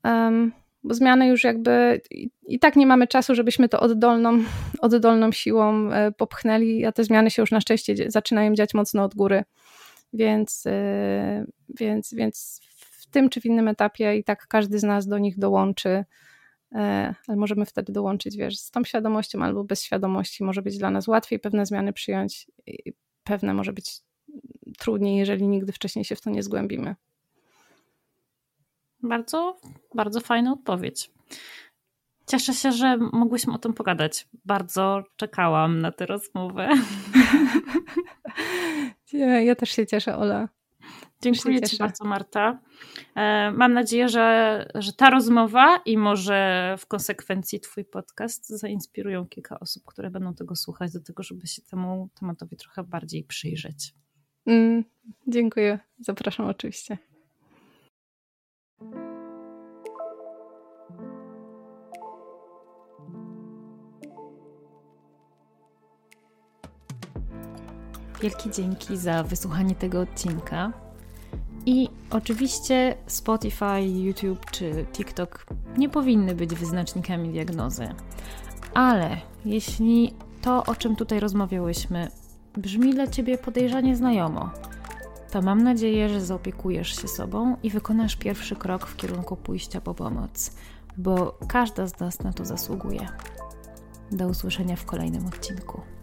um, bo zmiany już jakby i, i tak nie mamy czasu, żebyśmy to oddolną, oddolną siłą e, popchnęli, a te zmiany się już na szczęście dzie- zaczynają dziać mocno od góry, więc, e, więc, więc w tym czy w innym etapie i tak każdy z nas do nich dołączy, e, ale możemy wtedy dołączyć, wiesz, z tą świadomością albo bez świadomości. Może być dla nas łatwiej pewne zmiany przyjąć, i pewne może być trudniej, jeżeli nigdy wcześniej się w to nie zgłębimy. Bardzo, bardzo fajna odpowiedź. Cieszę się, że mogłyśmy o tym pogadać. Bardzo czekałam na tę rozmowę. Ja, ja też się cieszę, Ola. Dziękuję Ci bardzo, Marta. Mam nadzieję, że, że ta rozmowa i może w konsekwencji Twój podcast zainspirują kilka osób, które będą tego słuchać, do tego, żeby się temu tematowi trochę bardziej przyjrzeć. Mm, dziękuję. Zapraszam oczywiście. Wielkie dzięki za wysłuchanie tego odcinka. I oczywiście Spotify, YouTube czy TikTok nie powinny być wyznacznikami diagnozy. Ale jeśli to, o czym tutaj rozmawiałyśmy, brzmi dla Ciebie podejrzanie znajomo, to mam nadzieję, że zaopiekujesz się sobą i wykonasz pierwszy krok w kierunku pójścia po pomoc, bo każda z nas na to zasługuje. Do usłyszenia w kolejnym odcinku.